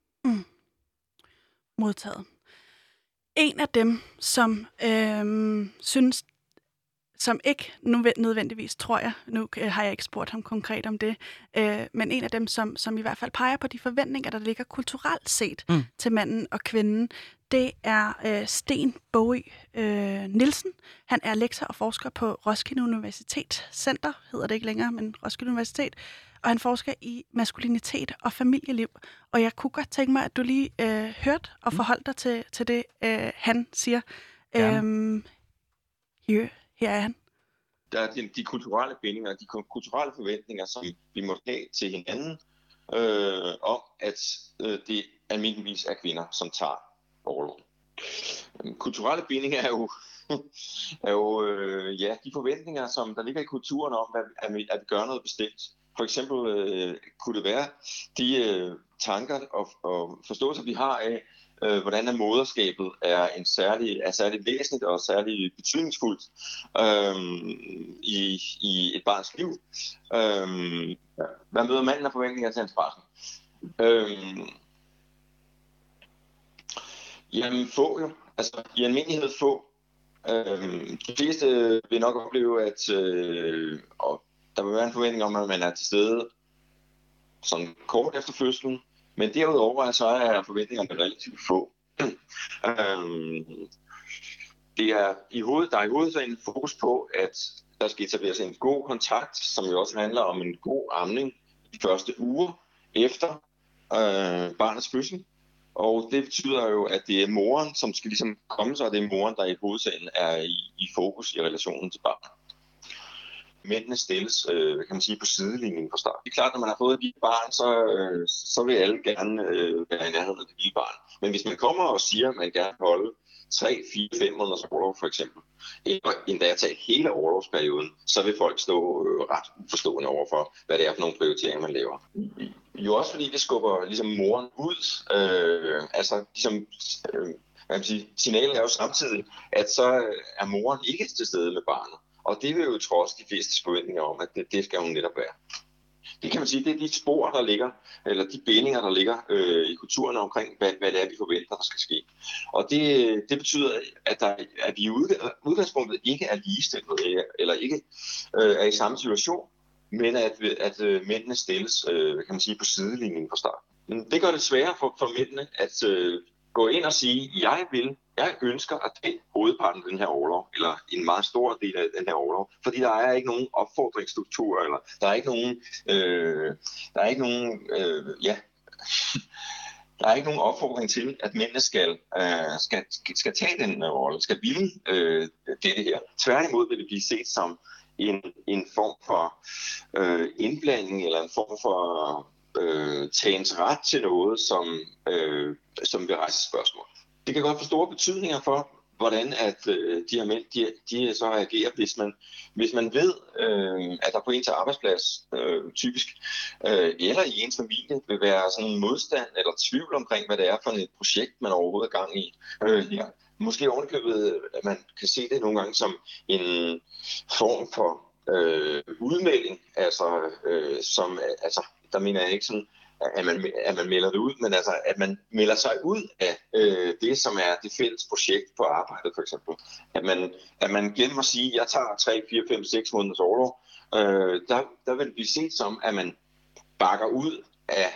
Modtaget. En af dem, som synes, som ikke nødvendigvis, tror jeg, nu har jeg ikke spurgt ham konkret om det, men en af dem, som i hvert fald peger på de forventninger, der ligger kulturelt set til manden og kvinden, det er Sten Bogø Nielsen. Han er lektor og forsker på Roskilde Universitet Center, hedder det ikke længere, men Roskilde Universitet, og han forsker i maskulinitet og familieliv. Og jeg kunne godt tænke mig, at du lige hørte og forholdt dig til det, han siger. Her er han. Der er de kulturelle bindinger, de kulturelle forventninger, som vi må have til hinanden, om at det almindeligvis er kvinder, som tager orlov. Kulturelle bindinger er jo de forventninger, som der ligger i kulturen om, at vi gør noget bestemt. For eksempel kunne det være de tanker og forståelser, vi har af, hvordan moderskabet er særlig væsentligt og særlig betydningsfuldt i et barns liv. Hvad møder manden af forventninger til hans barsel? Jamen få jo. Altså i almindelighed få. De fleste vil nok opleve, at der vil være en forventning om, at man er til stede sådan kort efter fødslen. Men derudover så er forventningerne relativt få. Der er i hovedsagen fokus på, at der skal etableres en god kontakt, som jo også handler om en god amning de første uger efter barnets fødsel. Og det betyder jo, at det er moren, som skal ligesom komme sig, og det er moren, der i hovedsagen er i fokus i relationen til barnet. mændene stilles, kan man sige, på sidelinjen fra start. Det er klart, når man har fået et lille barn, så vil alle gerne være i nærheden af det lille barn. Men hvis man kommer og siger, at man gerne vil holde 3, 4, 5 måneders orlov for eksempel, eller endda tage hele orlovsperioden, så vil folk stå ret uforstående over for, hvad det er for nogle prioriteringer, man laver. Jo også fordi det skubber ligesom moren ud. Signalet er jo samtidig, at så er moren ikke til stede med barnet. Og det vil jo trods de fleste forventninger om, at det skal hun netop være. Det kan man sige, det er de spor, der ligger, eller de bindinger, der ligger i kulturen omkring, hvad det er, vi forventer, der skal ske. Og det betyder, at vi i udgangspunktet ikke er ligestillet, eller ikke er i samme situation, men at mændene stilles, kan man sige, på sidelinjen fra start. Det gør det sværere for mændene at gå ind og sige, jeg ønsker at tage hovedparten af den her orlov, eller en meget stor del af den her orlov, fordi der er ikke nogen opfordringsstruktur, eller der er ikke nogen opfordring til, at mændene skal tage den rolle, skal ville det her. Tværtimod vil det blive set som en form for indblanding, eller en form for tagens ret til noget, som vil rejse spørgsmål. Det kan godt få store betydninger for, hvordan at de her mænd de så reagerer, hvis man ved, at der på ens arbejdsplads typisk, eller i ens familie, vil være sådan en modstand eller tvivl omkring, hvad det er for et projekt, man overhovedet er gang i. Måske ovenikøbet, at man kan se det nogle gange som en form for udmelding, der mener jeg ikke sådan, at man melder det ud, men altså, at man melder sig ud af det, som er det fælles projekt på arbejdet, for eksempel. At man glemmer at sige, at jeg tager 3, 4, 5, 6 måneders orlov, der vil det blive set som, at man bakker ud af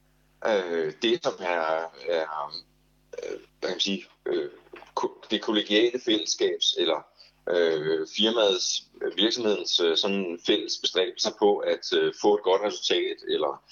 det, som er hvad kan man sige, det kollegiale fællesskabs, eller firmaets, virksomhedens sådan fælles bestræbelser på at få et godt resultat, eller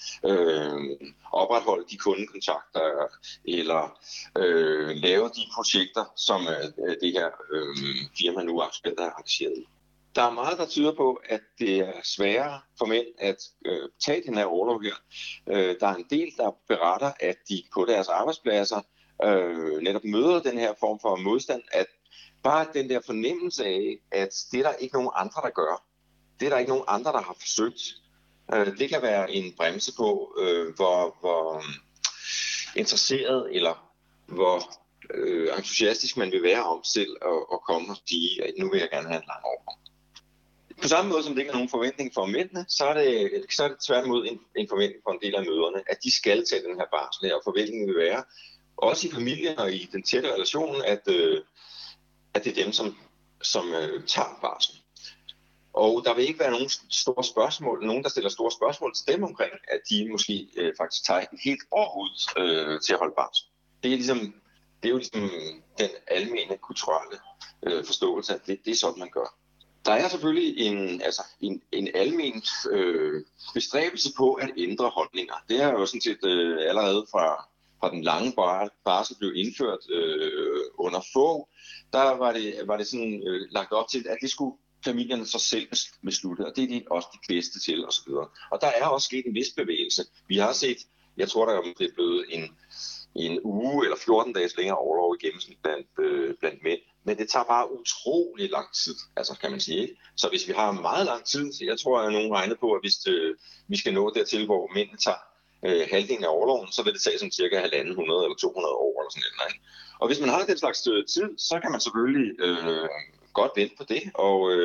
opretholde de kundekontakter, eller lave de projekter, som det her firma nu aktuelt er engageret i. Der er meget, der tyder på, at det er sværere for mænd at tage den her orlov her. Der er en del, der beretter, at de på deres arbejdspladser netop møder den her form for modstand, at bare den der fornemmelse af, at det er der ikke nogen andre, der gør. Det er der ikke nogen andre, der har forsøgt. Det kan være en bremse på, hvor interesseret eller hvor entusiastisk man vil være om selv at komme og sige, at nu vil jeg gerne have en lang orlov. På samme måde som det ikke er nogen forventning for mændene, så er det tværtimod en forventning for en del af mødrene, at de skal tage den her barsel her, og forventningen vil være, også i familien og i den tætte relation, at det er dem, som tager barsel. Og der vil ikke være nogen store spørgsmål, nogen der stiller store spørgsmål til dem omkring, at de måske faktisk tager et helt år ud til at holde barsel. Det er jo ligesom den almene kulturelle forståelse, at det er sådan, man gør. Der er selvfølgelig en almen bestræbelse på at ændre holdninger. Det er jo sådan set allerede fra den lange barsel blev indført under få, der var det sådan lagt op til, at det skulle familierne så selv beslutte, og det er de også de bedste til osv. Og der er også sket en vis bevægelse. Vi har set, jeg tror der er blevet en uge eller 14 dages længere orlov i gennemsnit blandt mænd. Men det tager bare utrolig lang tid, altså kan man sige, ikke? Så hvis vi har meget lang tid, så jeg tror, at nogen regner på, at hvis vi skal nå dertil, hvor mændene tager halvdelen af orloven, så vil det tage sådan cirka 100 eller 200 år eller sådan noget. Ikke? Og hvis man har den slags tid, så kan man selvfølgelig godt vente på det.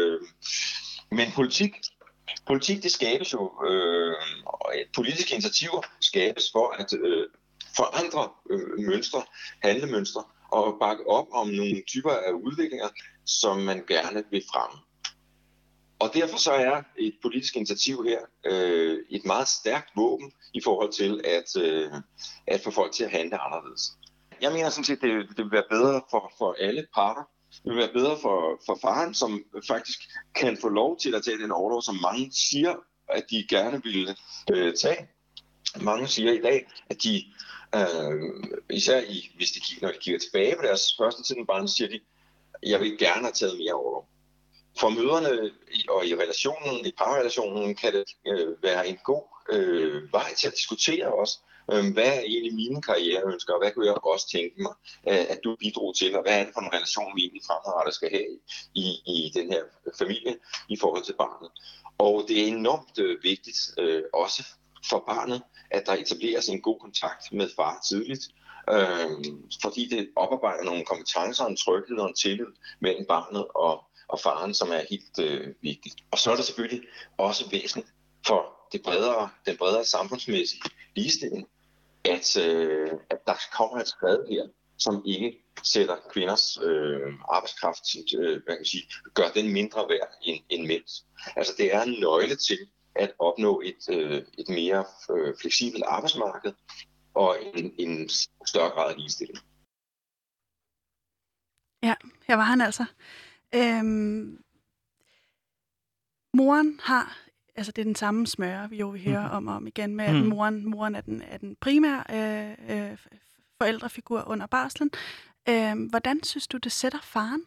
Men politik det skabes jo, politiske initiativer skabes for at forandre handlemønstre, og bakke op om nogle typer af udviklinger, som man gerne vil fremme. Og derfor så er et politisk initiativ her et meget stærkt våben i forhold til at få folk til at handle anderledes. Jeg mener sådan set, det vil være bedre for alle parter. Det vil være bedre for faren, som faktisk kan få lov til at tage den orlov, som mange siger, at de gerne ville tage. Mange siger i dag, at de især når de kigger tilbage på deres første tid med barnet, siger de, jeg vil gerne have taget mere orlov. For mødrene og i relationen, i parrelationen, kan det være en god vej til at diskutere også, hvad er egentlig mine karriereønsker, og hvad kunne jeg også tænke mig, at du bidrog til, og hvad er det for en relation, vi egentlig fremadrettet skal have i den her familie i forhold til barnet. Og det er enormt vigtigt også for barnet, at der etableres en god kontakt med far tidligt, fordi det oparbejder nogle kompetencer, en tryghed og en tillid mellem barnet og faren, som er helt vigtigt. Og så er det selvfølgelig også væsentligt for den bredere samfundsmæssige ligestilling, at der kommer et skred her, som ikke sætter kvinders arbejdskraft, gør den mindre værd end mænds. Altså det er en nøgle til at opnå et mere fleksibelt arbejdsmarked og en større grad af ligestilling. Ja, her var han altså. Moren har, altså det er den samme smøre, vi jo vil høre om igen, med at moren er den primære forældrefigur under barslen. Hvordan synes du, det sætter faren?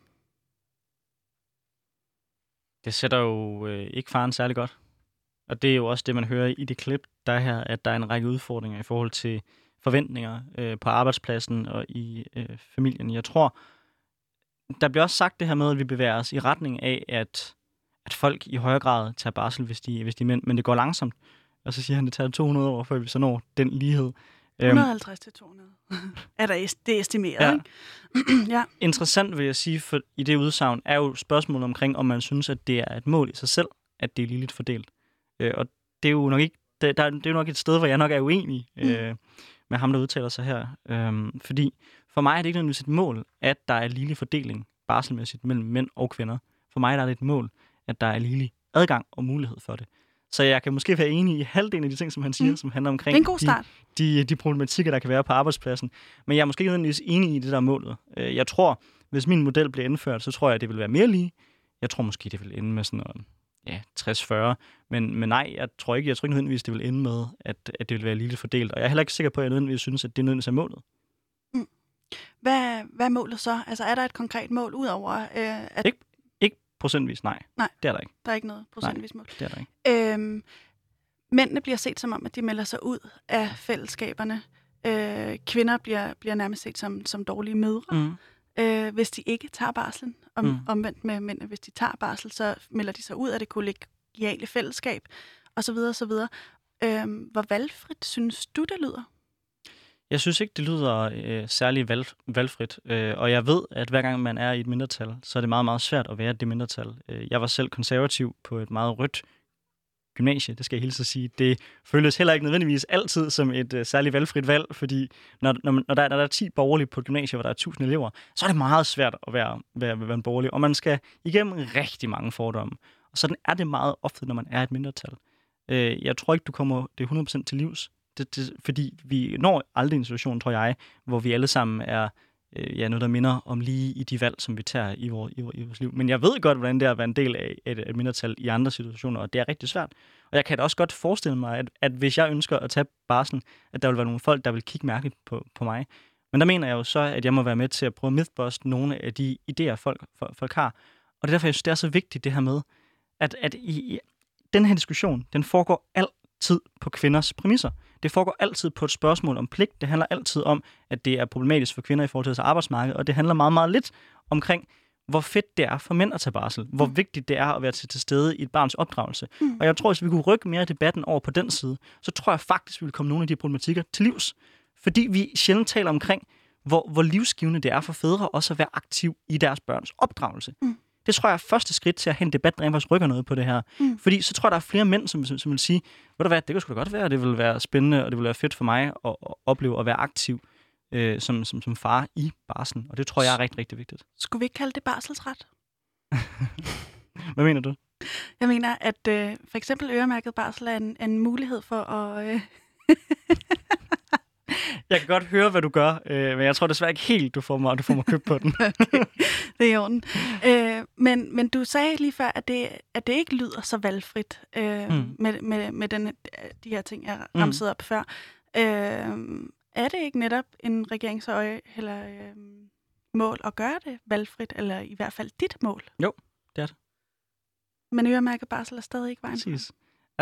Det sætter jo ikke faren særlig godt. Og det er jo også det, man hører i det klip, der er her, at der er en række udfordringer i forhold til forventninger på arbejdspladsen og i familien. Jeg tror, der bliver også sagt det her med, at vi bevæger os i retning af, at folk i højere grad tager barsel, hvis de er mænd, men det går langsomt. Og så siger han, at det tager 200 år, før vi så når den lighed. 150 til 200 er det estimeret, ja. Ikke? Ja. Interessant vil jeg sige, for i det udsagn er jo spørgsmålet omkring, om man synes, at det er et mål i sig selv, at det er ligeligt fordelt. Og det er jo nok ikke, det er jo nok et sted, hvor jeg nok er uenig med ham, der udtaler sig her. Fordi for mig er det ikke nødvendigvis et mål, at der er ligelig fordeling barselmæssigt mellem mænd og kvinder. For mig er det et mål, at der er ligelig adgang og mulighed for det. Så jeg kan måske være enig i halvdelen af de ting, som han siger, som handler omkring de problematikker, der kan være på arbejdspladsen. Men jeg er måske ikke nødvendigvis enig i det der målet. Jeg tror, hvis min model bliver indført, så tror jeg, at det vil være mere lige. Jeg tror måske, det vil ende med sådan noget, 60-40. Men nej, jeg tror ikke nødvendigvis, det vil ende med, at det vil være ligeligt fordelt. Og jeg er heller ikke sikker på, at jeg nødvendigvis synes, at det nødvendigvis er målet. Hvad er målet så? Altså er der et konkret mål, udover at... Ikke procentvis, nej. Det er der ikke. Der er ikke noget procentvis mål. Det er der ikke. Mændene bliver set som om, at de melder sig ud af fællesskaberne. Kvinder bliver nærmest set som dårlige mødre, hvis de ikke tager barslen. Omvendt med mændene, hvis de tager barsel, så melder de sig ud af det kollegiale fællesskab, osv. osv. Hvor valgfrit synes du, det lyder? Jeg synes ikke, det lyder særlig valgfrit, og jeg ved, at hver gang man er i et mindretal, så er det meget, meget svært at være det mindretal. Jeg var selv konservativ på et meget rødt gymnasie, det skal jeg hilse at sige. Det føles heller ikke nødvendigvis altid som et særligt valgfrit valg, fordi når der er 10 borgerlige på et gymnasie, hvor der er 1000 elever, så er det meget svært at være en borgerlig, og man skal igennem rigtig mange fordomme. Og sådan er det meget ofte, når man er et mindretal. Jeg tror ikke, du kommer det 100% til livs, fordi vi når aldrig en situation, tror jeg, hvor vi alle sammen er noget, der minder om lige i de valg, som vi tager i vores liv. Men jeg ved godt, hvordan det er at være en del af et mindretal i andre situationer, og det er rigtig svært. Og jeg kan da også godt forestille mig, at hvis jeg ønsker at tage barslen, at der vil være nogle folk, der vil kigge mærkeligt på mig. Men der mener jeg jo så, at jeg må være med til at prøve at mythbuste nogle af de idéer, folk har. Og det er derfor, jeg synes, det er så vigtigt det her med, at i den her diskussion, den foregår altid på kvinders præmisser. Det foregår altid på et spørgsmål om pligt. Det handler altid om, at det er problematisk for kvinder i forhold til arbejdsmarkedet, og det handler meget, meget lidt omkring, hvor fedt det er for mænd at tage barsel. Hvor vigtigt det er at være til stede i et barns opdragelse. Og jeg tror, hvis vi kunne rykke mere debatten over på den side, så tror jeg faktisk, vi vil komme nogle af de problematikker til livs. Fordi vi sjældent taler omkring, hvor livsgivende det er for fædre også at være aktiv i deres børns opdragelse. Det tror jeg er første skridt til at have en debat, der faktisk rykker noget på det her. Fordi så tror jeg, der er flere mænd, som vil sige, ved du hvad, det kan sgu da godt være, det vil være spændende, og det vil være fedt for mig at opleve at være aktiv som far i barslen. Og det tror jeg er rigtig, rigtig vigtigt. Skulle vi ikke kalde det barselsret? Hvad mener du? Jeg mener, at for eksempel øremærket barsel er en mulighed for at... Jeg kan godt høre, hvad du gør, men jeg tror desværre ikke helt, du får mig købt på den. Okay, det er i orden. Men du sagde lige før, at det ikke lyder så valgfrit med de her ting, jeg ramsede op før. Er det ikke netop en regeringsøje eller mål at gøre det valgfrit, eller i hvert fald dit mål? Jo, det er det. Men øremærket barsel er stadig ikke vejen. Præcis.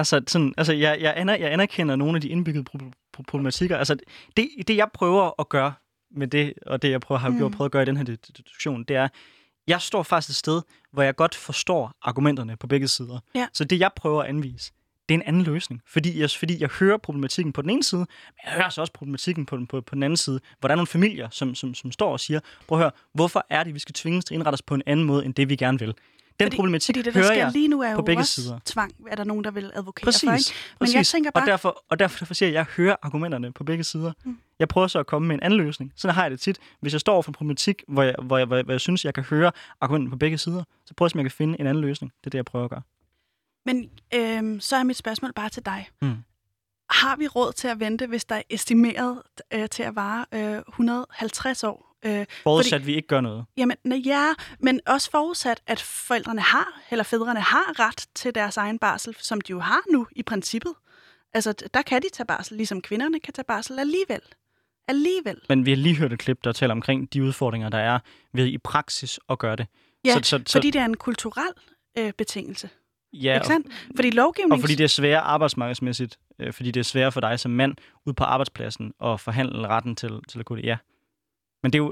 Jeg anerkender nogle af de indbyggede problematikker. Altså, det jeg prøver at gøre med det, og det jeg prøver at gøre i den her diskussion, det er, jeg står faktisk et sted, hvor jeg godt forstår argumenterne på begge sider. Ja. Så det, jeg prøver at anvise, det er en anden løsning. Fordi jeg hører problematikken på den ene side, men jeg hører så også problematikken på den anden side, hvor der er nogle familier, som står og siger, prøv at høre, hvorfor er det, vi skal tvinges til at indrette os på en anden måde, end det, vi gerne vil? Den problematik fordi det, hører jeg lige nu er på begge også sider. Tvang, er der nogen, der vil advokere præcis, for, ikke? Men præcis. jeg tænker bare... Og derfor siger jeg, at jeg hører argumenterne på begge sider. Jeg prøver så at komme med en anden løsning. Sådan har jeg det tit. Hvis jeg står over for en problematik, hvor jeg synes, jeg kan høre argumenterne på begge sider, så prøver jeg, om jeg kan finde en anden løsning. Det er det, jeg prøver at gøre. Men så er mit spørgsmål bare til dig. Har vi råd til at vente, hvis der er estimeret til at vare 150 år? Forudsat, vi ikke gør noget. Jamen, ja, men også forudsat, at fædrene har ret til deres egen barsel, som de jo har nu i princippet. Altså, der kan de tage barsel, ligesom kvinderne kan tage barsel alligevel. Men vi har lige hørt et klip, der taler omkring de udfordringer, der er ved i praksis at gøre det. Ja, fordi det er en kulturel betingelse. Ja, ikke sandt? Fordi og fordi det er sværere arbejdsmarkedsmæssigt, fordi det er sværere for dig som mand ude på arbejdspladsen at forhandle retten til at kunne det. Ja. Men det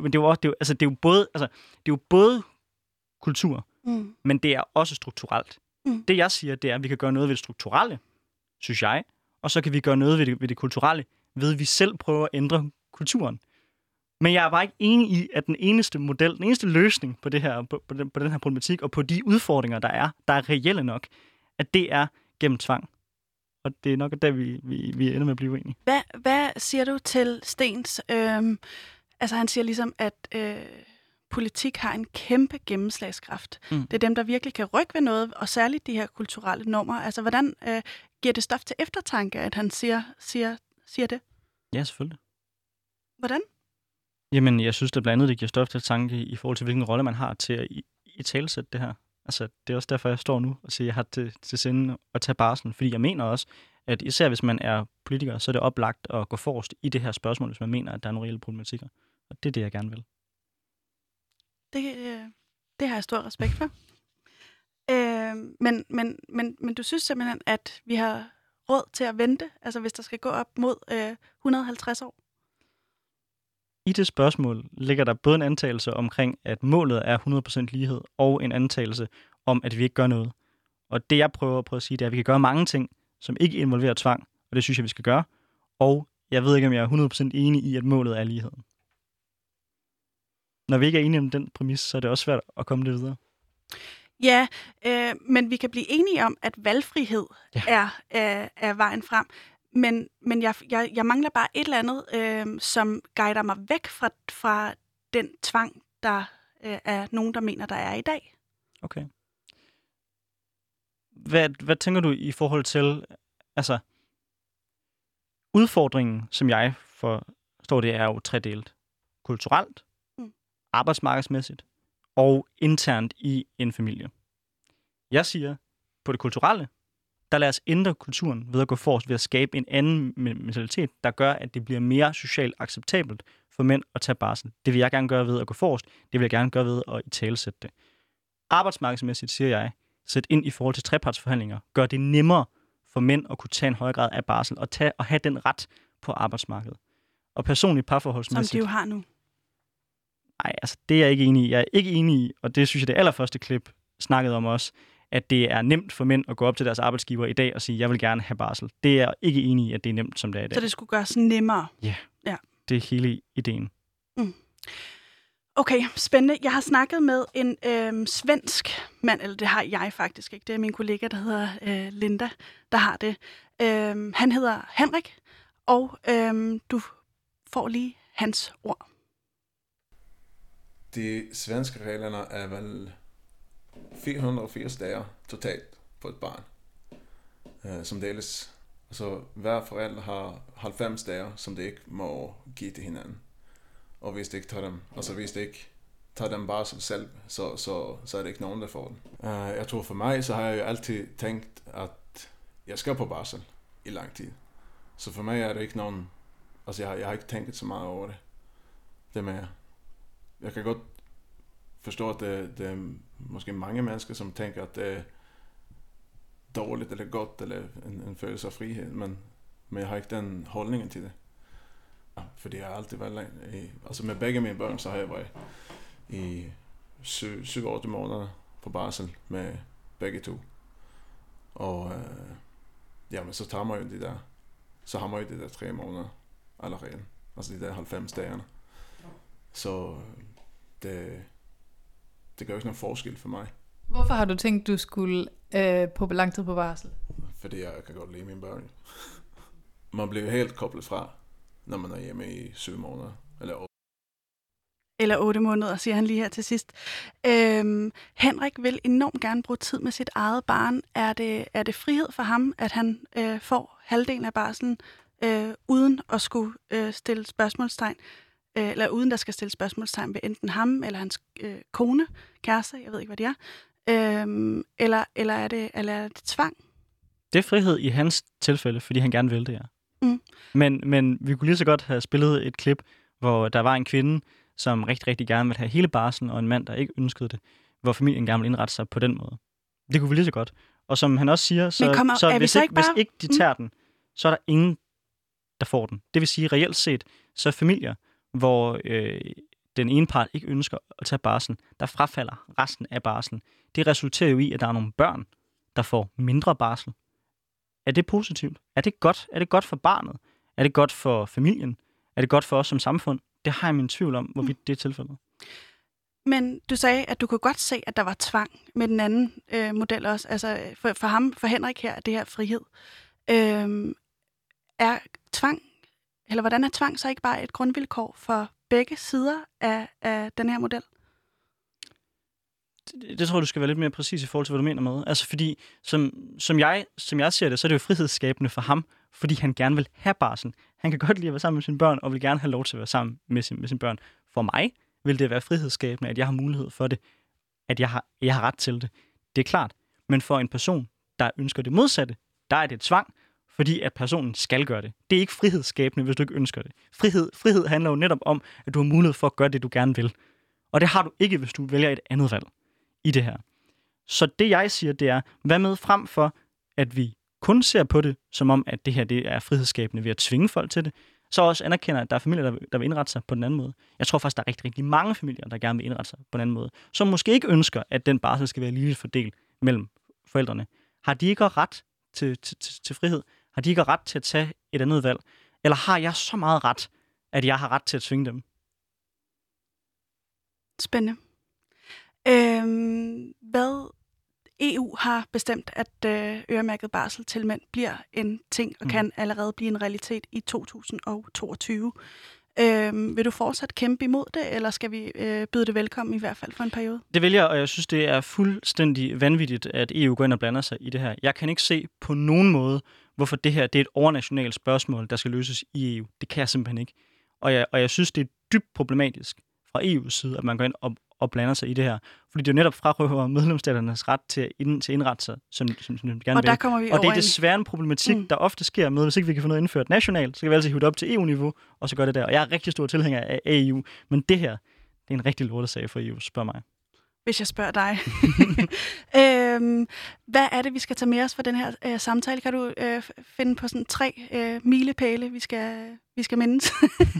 er jo både kultur, men det er også strukturelt. Det jeg siger, det er, at vi kan gøre noget ved det strukturelle, synes jeg, og så kan vi gøre noget ved det kulturelle, ved at vi selv prøver at ændre kulturen. Men jeg er bare ikke enig i, at den eneste løsning på det her, på den her problematik, og på de udfordringer, der er reelle nok, at det er gennem tvang. Og det er nok der, vi ender med at blive uenige. Hvad siger du til Stens? Altså han siger ligesom, at politik har en kæmpe gennemslagskraft. Det er dem, der virkelig kan rykke ved noget, og særligt de her kulturelle normer. Altså hvordan giver det stof til eftertanke, at han siger det? Ja, selvfølgelig. Hvordan? Jamen, jeg synes, det blandt andet, det giver stof til tanke i forhold til, hvilken rolle man har til at italesætte det her. Altså, det er også derfor, jeg står nu og siger, at jeg har til sinde at tage barslen. Fordi jeg mener også, at især hvis man er politiker, så er det oplagt at gå forrest i det her spørgsmål, hvis man mener, at der er nogle reelle problematikker. Og det er det, jeg gerne vil. Det har jeg stor respekt for. Men du synes simpelthen, at vi har råd til at vente, altså hvis der skal gå op mod 150 år? I det spørgsmål ligger der både en antagelse omkring, at målet er 100% lighed, og en antagelse om, at vi ikke gør noget. Og det, jeg prøver at sige, det er, at vi kan gøre mange ting, som ikke involverer tvang, og det synes jeg, vi skal gøre. Og jeg ved ikke, om jeg er 100% enig i, at målet er ligheden. Når vi ikke er enige om den præmis, så er det også svært at komme det videre. Ja, men vi kan blive enige om, at valgfrihed er vejen frem. Men jeg mangler bare et eller andet, som guider mig væk fra den tvang, der er nogen, der mener, der er i dag. Okay. Hvad tænker du i forhold til, altså, udfordringen, som jeg forstår, det er jo tredelt. Kulturelt, arbejdsmarkedsmæssigt og internt i en familie. Jeg siger, på det kulturelle, der lader os ændre kulturen ved at gå forrest, ved at skabe en anden mentalitet, der gør, at det bliver mere socialt acceptabelt for mænd at tage barsel. Det vil jeg gerne gøre ved at gå forrest. Det vil jeg gerne gøre ved at italesætte det. Arbejdsmarkedsmæssigt siger jeg, sæt ind i forhold til trepartsforhandlinger. Gør det nemmere for mænd at kunne tage en højere grad af barsel og have den ret på arbejdsmarkedet. Og personligt parforholdsmæssigt... Som de jo har nu. Nej, altså det er jeg ikke enig i. Jeg er ikke enig i, og det synes jeg det allerførste klip snakkede om også, at det er nemt for mænd at gå op til deres arbejdsgiver i dag og sige, jeg vil gerne have barsel. Det er jeg ikke enig i, at det er nemt, som det er i dag. Så det skulle gøres nemmere? Ja, det er hele ideen. Okay, spændende. Jeg har snakket med en svensk mand, eller det har jeg faktisk ikke. Det er min kollega, der hedder Linda, der har det. Han hedder Henrik, og du får lige hans ord. De svenske reglerne er vel 480 dage totalt på et barn, som deles. Altså hver forælder har 90 dage, som det ikke må give til hinanden. Og hvis det ikke tager dem barsel selv, så er det ikke nogen, der får den. Jeg tror for mig, så har jeg jo altid tænkt, at jeg skal på barsel i lang tid. Så for mig er det ikke nogen... Altså jeg har ikke tænkt så meget over det. Det med... Jeg kan godt forstå, at det er måske mange mennesker, som tænker, at dårligt eller godt, eller en følelse af frihed, men jeg har ikke den holdningen til det. Fordi jeg har altid været altså med begge mine børn, så har jeg været i 7-8 måneder på barsel med begge to. Og men så tager man jo så har man jo de der 3 måneder allerede. Altså de der 90 dagerne. Så det gør ikke nogen forskel for mig. Hvorfor har du tænkt, du skulle på lang tid på barsel? Fordi jeg kan godt lide mine børn. Man bliver helt koblet fra, når man er hjemme i 7 måneder. Eller 8 måneder, siger han lige her til sidst. Henrik vil enormt gerne bruge tid med sit eget barn. Er det frihed for ham, at han får halvdelen af barslen, uden at skulle stille spørgsmålstegn, eller uden der skal stille spørgsmålstegn ved enten ham eller hans kone, kæreste, jeg ved ikke, hvad det er, eller er det tvang? Det er frihed i hans tilfælde, fordi han gerne vil det, ja. Mm. Men vi kunne lige så godt have spillet et klip, hvor der var en kvinde, som rigtig, rigtig gerne ville have hele barslen, og en mand, der ikke ønskede det, hvor familien gerne ville indrette sig på den måde. Det kunne vi lige så godt. Og som han også siger, hvis ikke de tager den, så er der ingen, der får den. Det vil sige, reelt set, så er familier, hvor den ene part ikke ønsker at tage barslen, der frafalder resten af barslen. Det resulterer jo i, at der er nogle børn, der får mindre barsel. Er det positivt? Er det godt? Er det godt for barnet? Er det godt for familien? Er det godt for os som samfund? Det har jeg min tvivl om, hvorvidt det er tilfældet. Men du sagde, at du kunne godt se, at der var tvang med den anden model også. Altså for Henrik her, det her frihed. Er tvang, eller hvordan er tvang så ikke bare et grundvilkår for begge sider af den her model? Det tror jeg, du skal være lidt mere præcis i forhold til, hvad du mener med. Altså fordi, som jeg ser det, så er det jo frihedsskabende for ham, fordi han gerne vil have barsel. Han kan godt lide at være sammen med sine børn, og vil gerne have lov til at være sammen med sine børn. For mig vil det være frihedsskabende, at jeg har mulighed for det, at jeg har ret til det. Det er klart. Men for en person, der ønsker det modsatte, der er det tvang, fordi at personen skal gøre det. Det er ikke frihedsskabende, hvis du ikke ønsker det. Frihed handler jo netop om, at du har mulighed for at gøre det, du gerne vil. Og det har du ikke, hvis du vælger et andet valg i det her. Så det, jeg siger, det er, hvad med frem for, at vi kun ser på det, som om, at det her det er frihedsskabende ved at tvinge folk til det, så også anerkender, at der er familier, der vil indrette sig på den anden måde. Jeg tror faktisk, der er rigtig, rigtig mange familier, der gerne vil indrette sig på den anden måde, som måske ikke ønsker, at den barsel skal være lige fordelt mellem forældrene. Har de ikke ret til frihed? Har de ikke ret til at tage et andet valg? Eller har jeg så meget ret, at jeg har ret til at tvinge dem? Spændende. Hvad EU har bestemt, at øremærket barsel til mænd bliver en ting og kan allerede blive en realitet i 2022. Vil du fortsat kæmpe imod det, eller skal vi byde det velkommen i hvert fald for en periode? Det vil jeg, og jeg synes, det er fuldstændig vanvittigt, at EU går ind og blander sig i det her. Jeg kan ikke se på nogen måde, hvorfor det her det er et overnationalt spørgsmål, der skal løses i EU. Det kan jeg simpelthen ikke. Og jeg synes, det er dybt problematisk fra EU's side, at man går ind og blander sig i det her. Fordi det jo netop frarøver medlemsstaternes ret til at indrette sig, som de gerne vil. Og det er desværre en problematik, der ofte sker med, hvis ikke vi kan få noget indført nationalt, så kan vi altid hive det op til EU-niveau, og så gør det der. Og jeg er rigtig stor tilhænger af EU, men det her, det er en rigtig lortesag for EU, spørg mig. Hvis jeg spørger dig. Hvad er det, vi skal tage med os for den her samtale? Kan du finde på sådan 3 milepæle, vi skal mindes?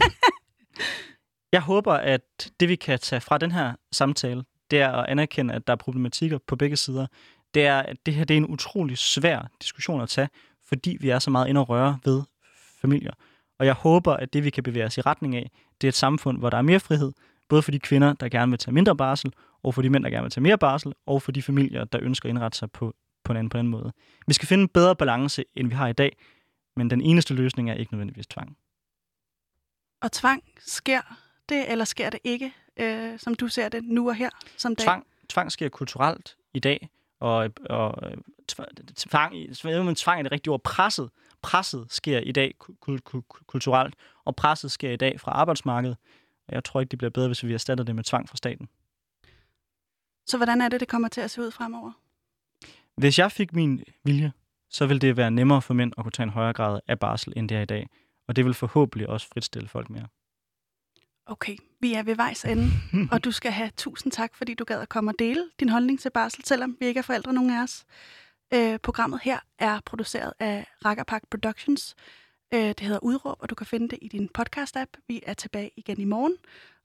Jeg håber, at det, vi kan tage fra den her samtale, det er at anerkende, at der er problematikker på begge sider. Det er, at det her det er en utrolig svær diskussion at tage, fordi vi er så meget inde og røre ved familier. Og jeg håber, at det, vi kan bevæge os i retning af, det er et samfund, hvor der er mere frihed, både for de kvinder, der gerne vil tage mindre barsel, og for de mænd, der gerne vil tage mere barsel, og for de familier, der ønsker at indrette sig på en anden måde. Vi skal finde en bedre balance, end vi har i dag, men den eneste løsning er ikke nødvendigvis tvang. Og tvang sker det, eller sker det ikke, som du ser det nu og her som dag? Tvang sker kulturelt i dag, og tvang er det rigtige ord. Presset sker i dag kulturelt, og presset sker i dag fra arbejdsmarkedet. Jeg tror ikke, det bliver bedre, hvis vi erstatter det med tvang fra staten. Så hvordan er det kommer til at se ud fremover? Hvis jeg fik min vilje, så vil det være nemmere for mænd at kunne tage en højere grad af barsel, end det er i dag. Og det vil forhåbentlig også fritstille folk mere. Okay, vi er ved vejs ende, og du skal have 1000 tak, fordi du gad at komme og dele din holdning til barsel, selvom vi ikke er forældre, nogen af os. Programmet her er produceret af Rakkerpak Productions. Det hedder Udråb, og du kan finde det i din podcast-app. Vi er tilbage igen i morgen.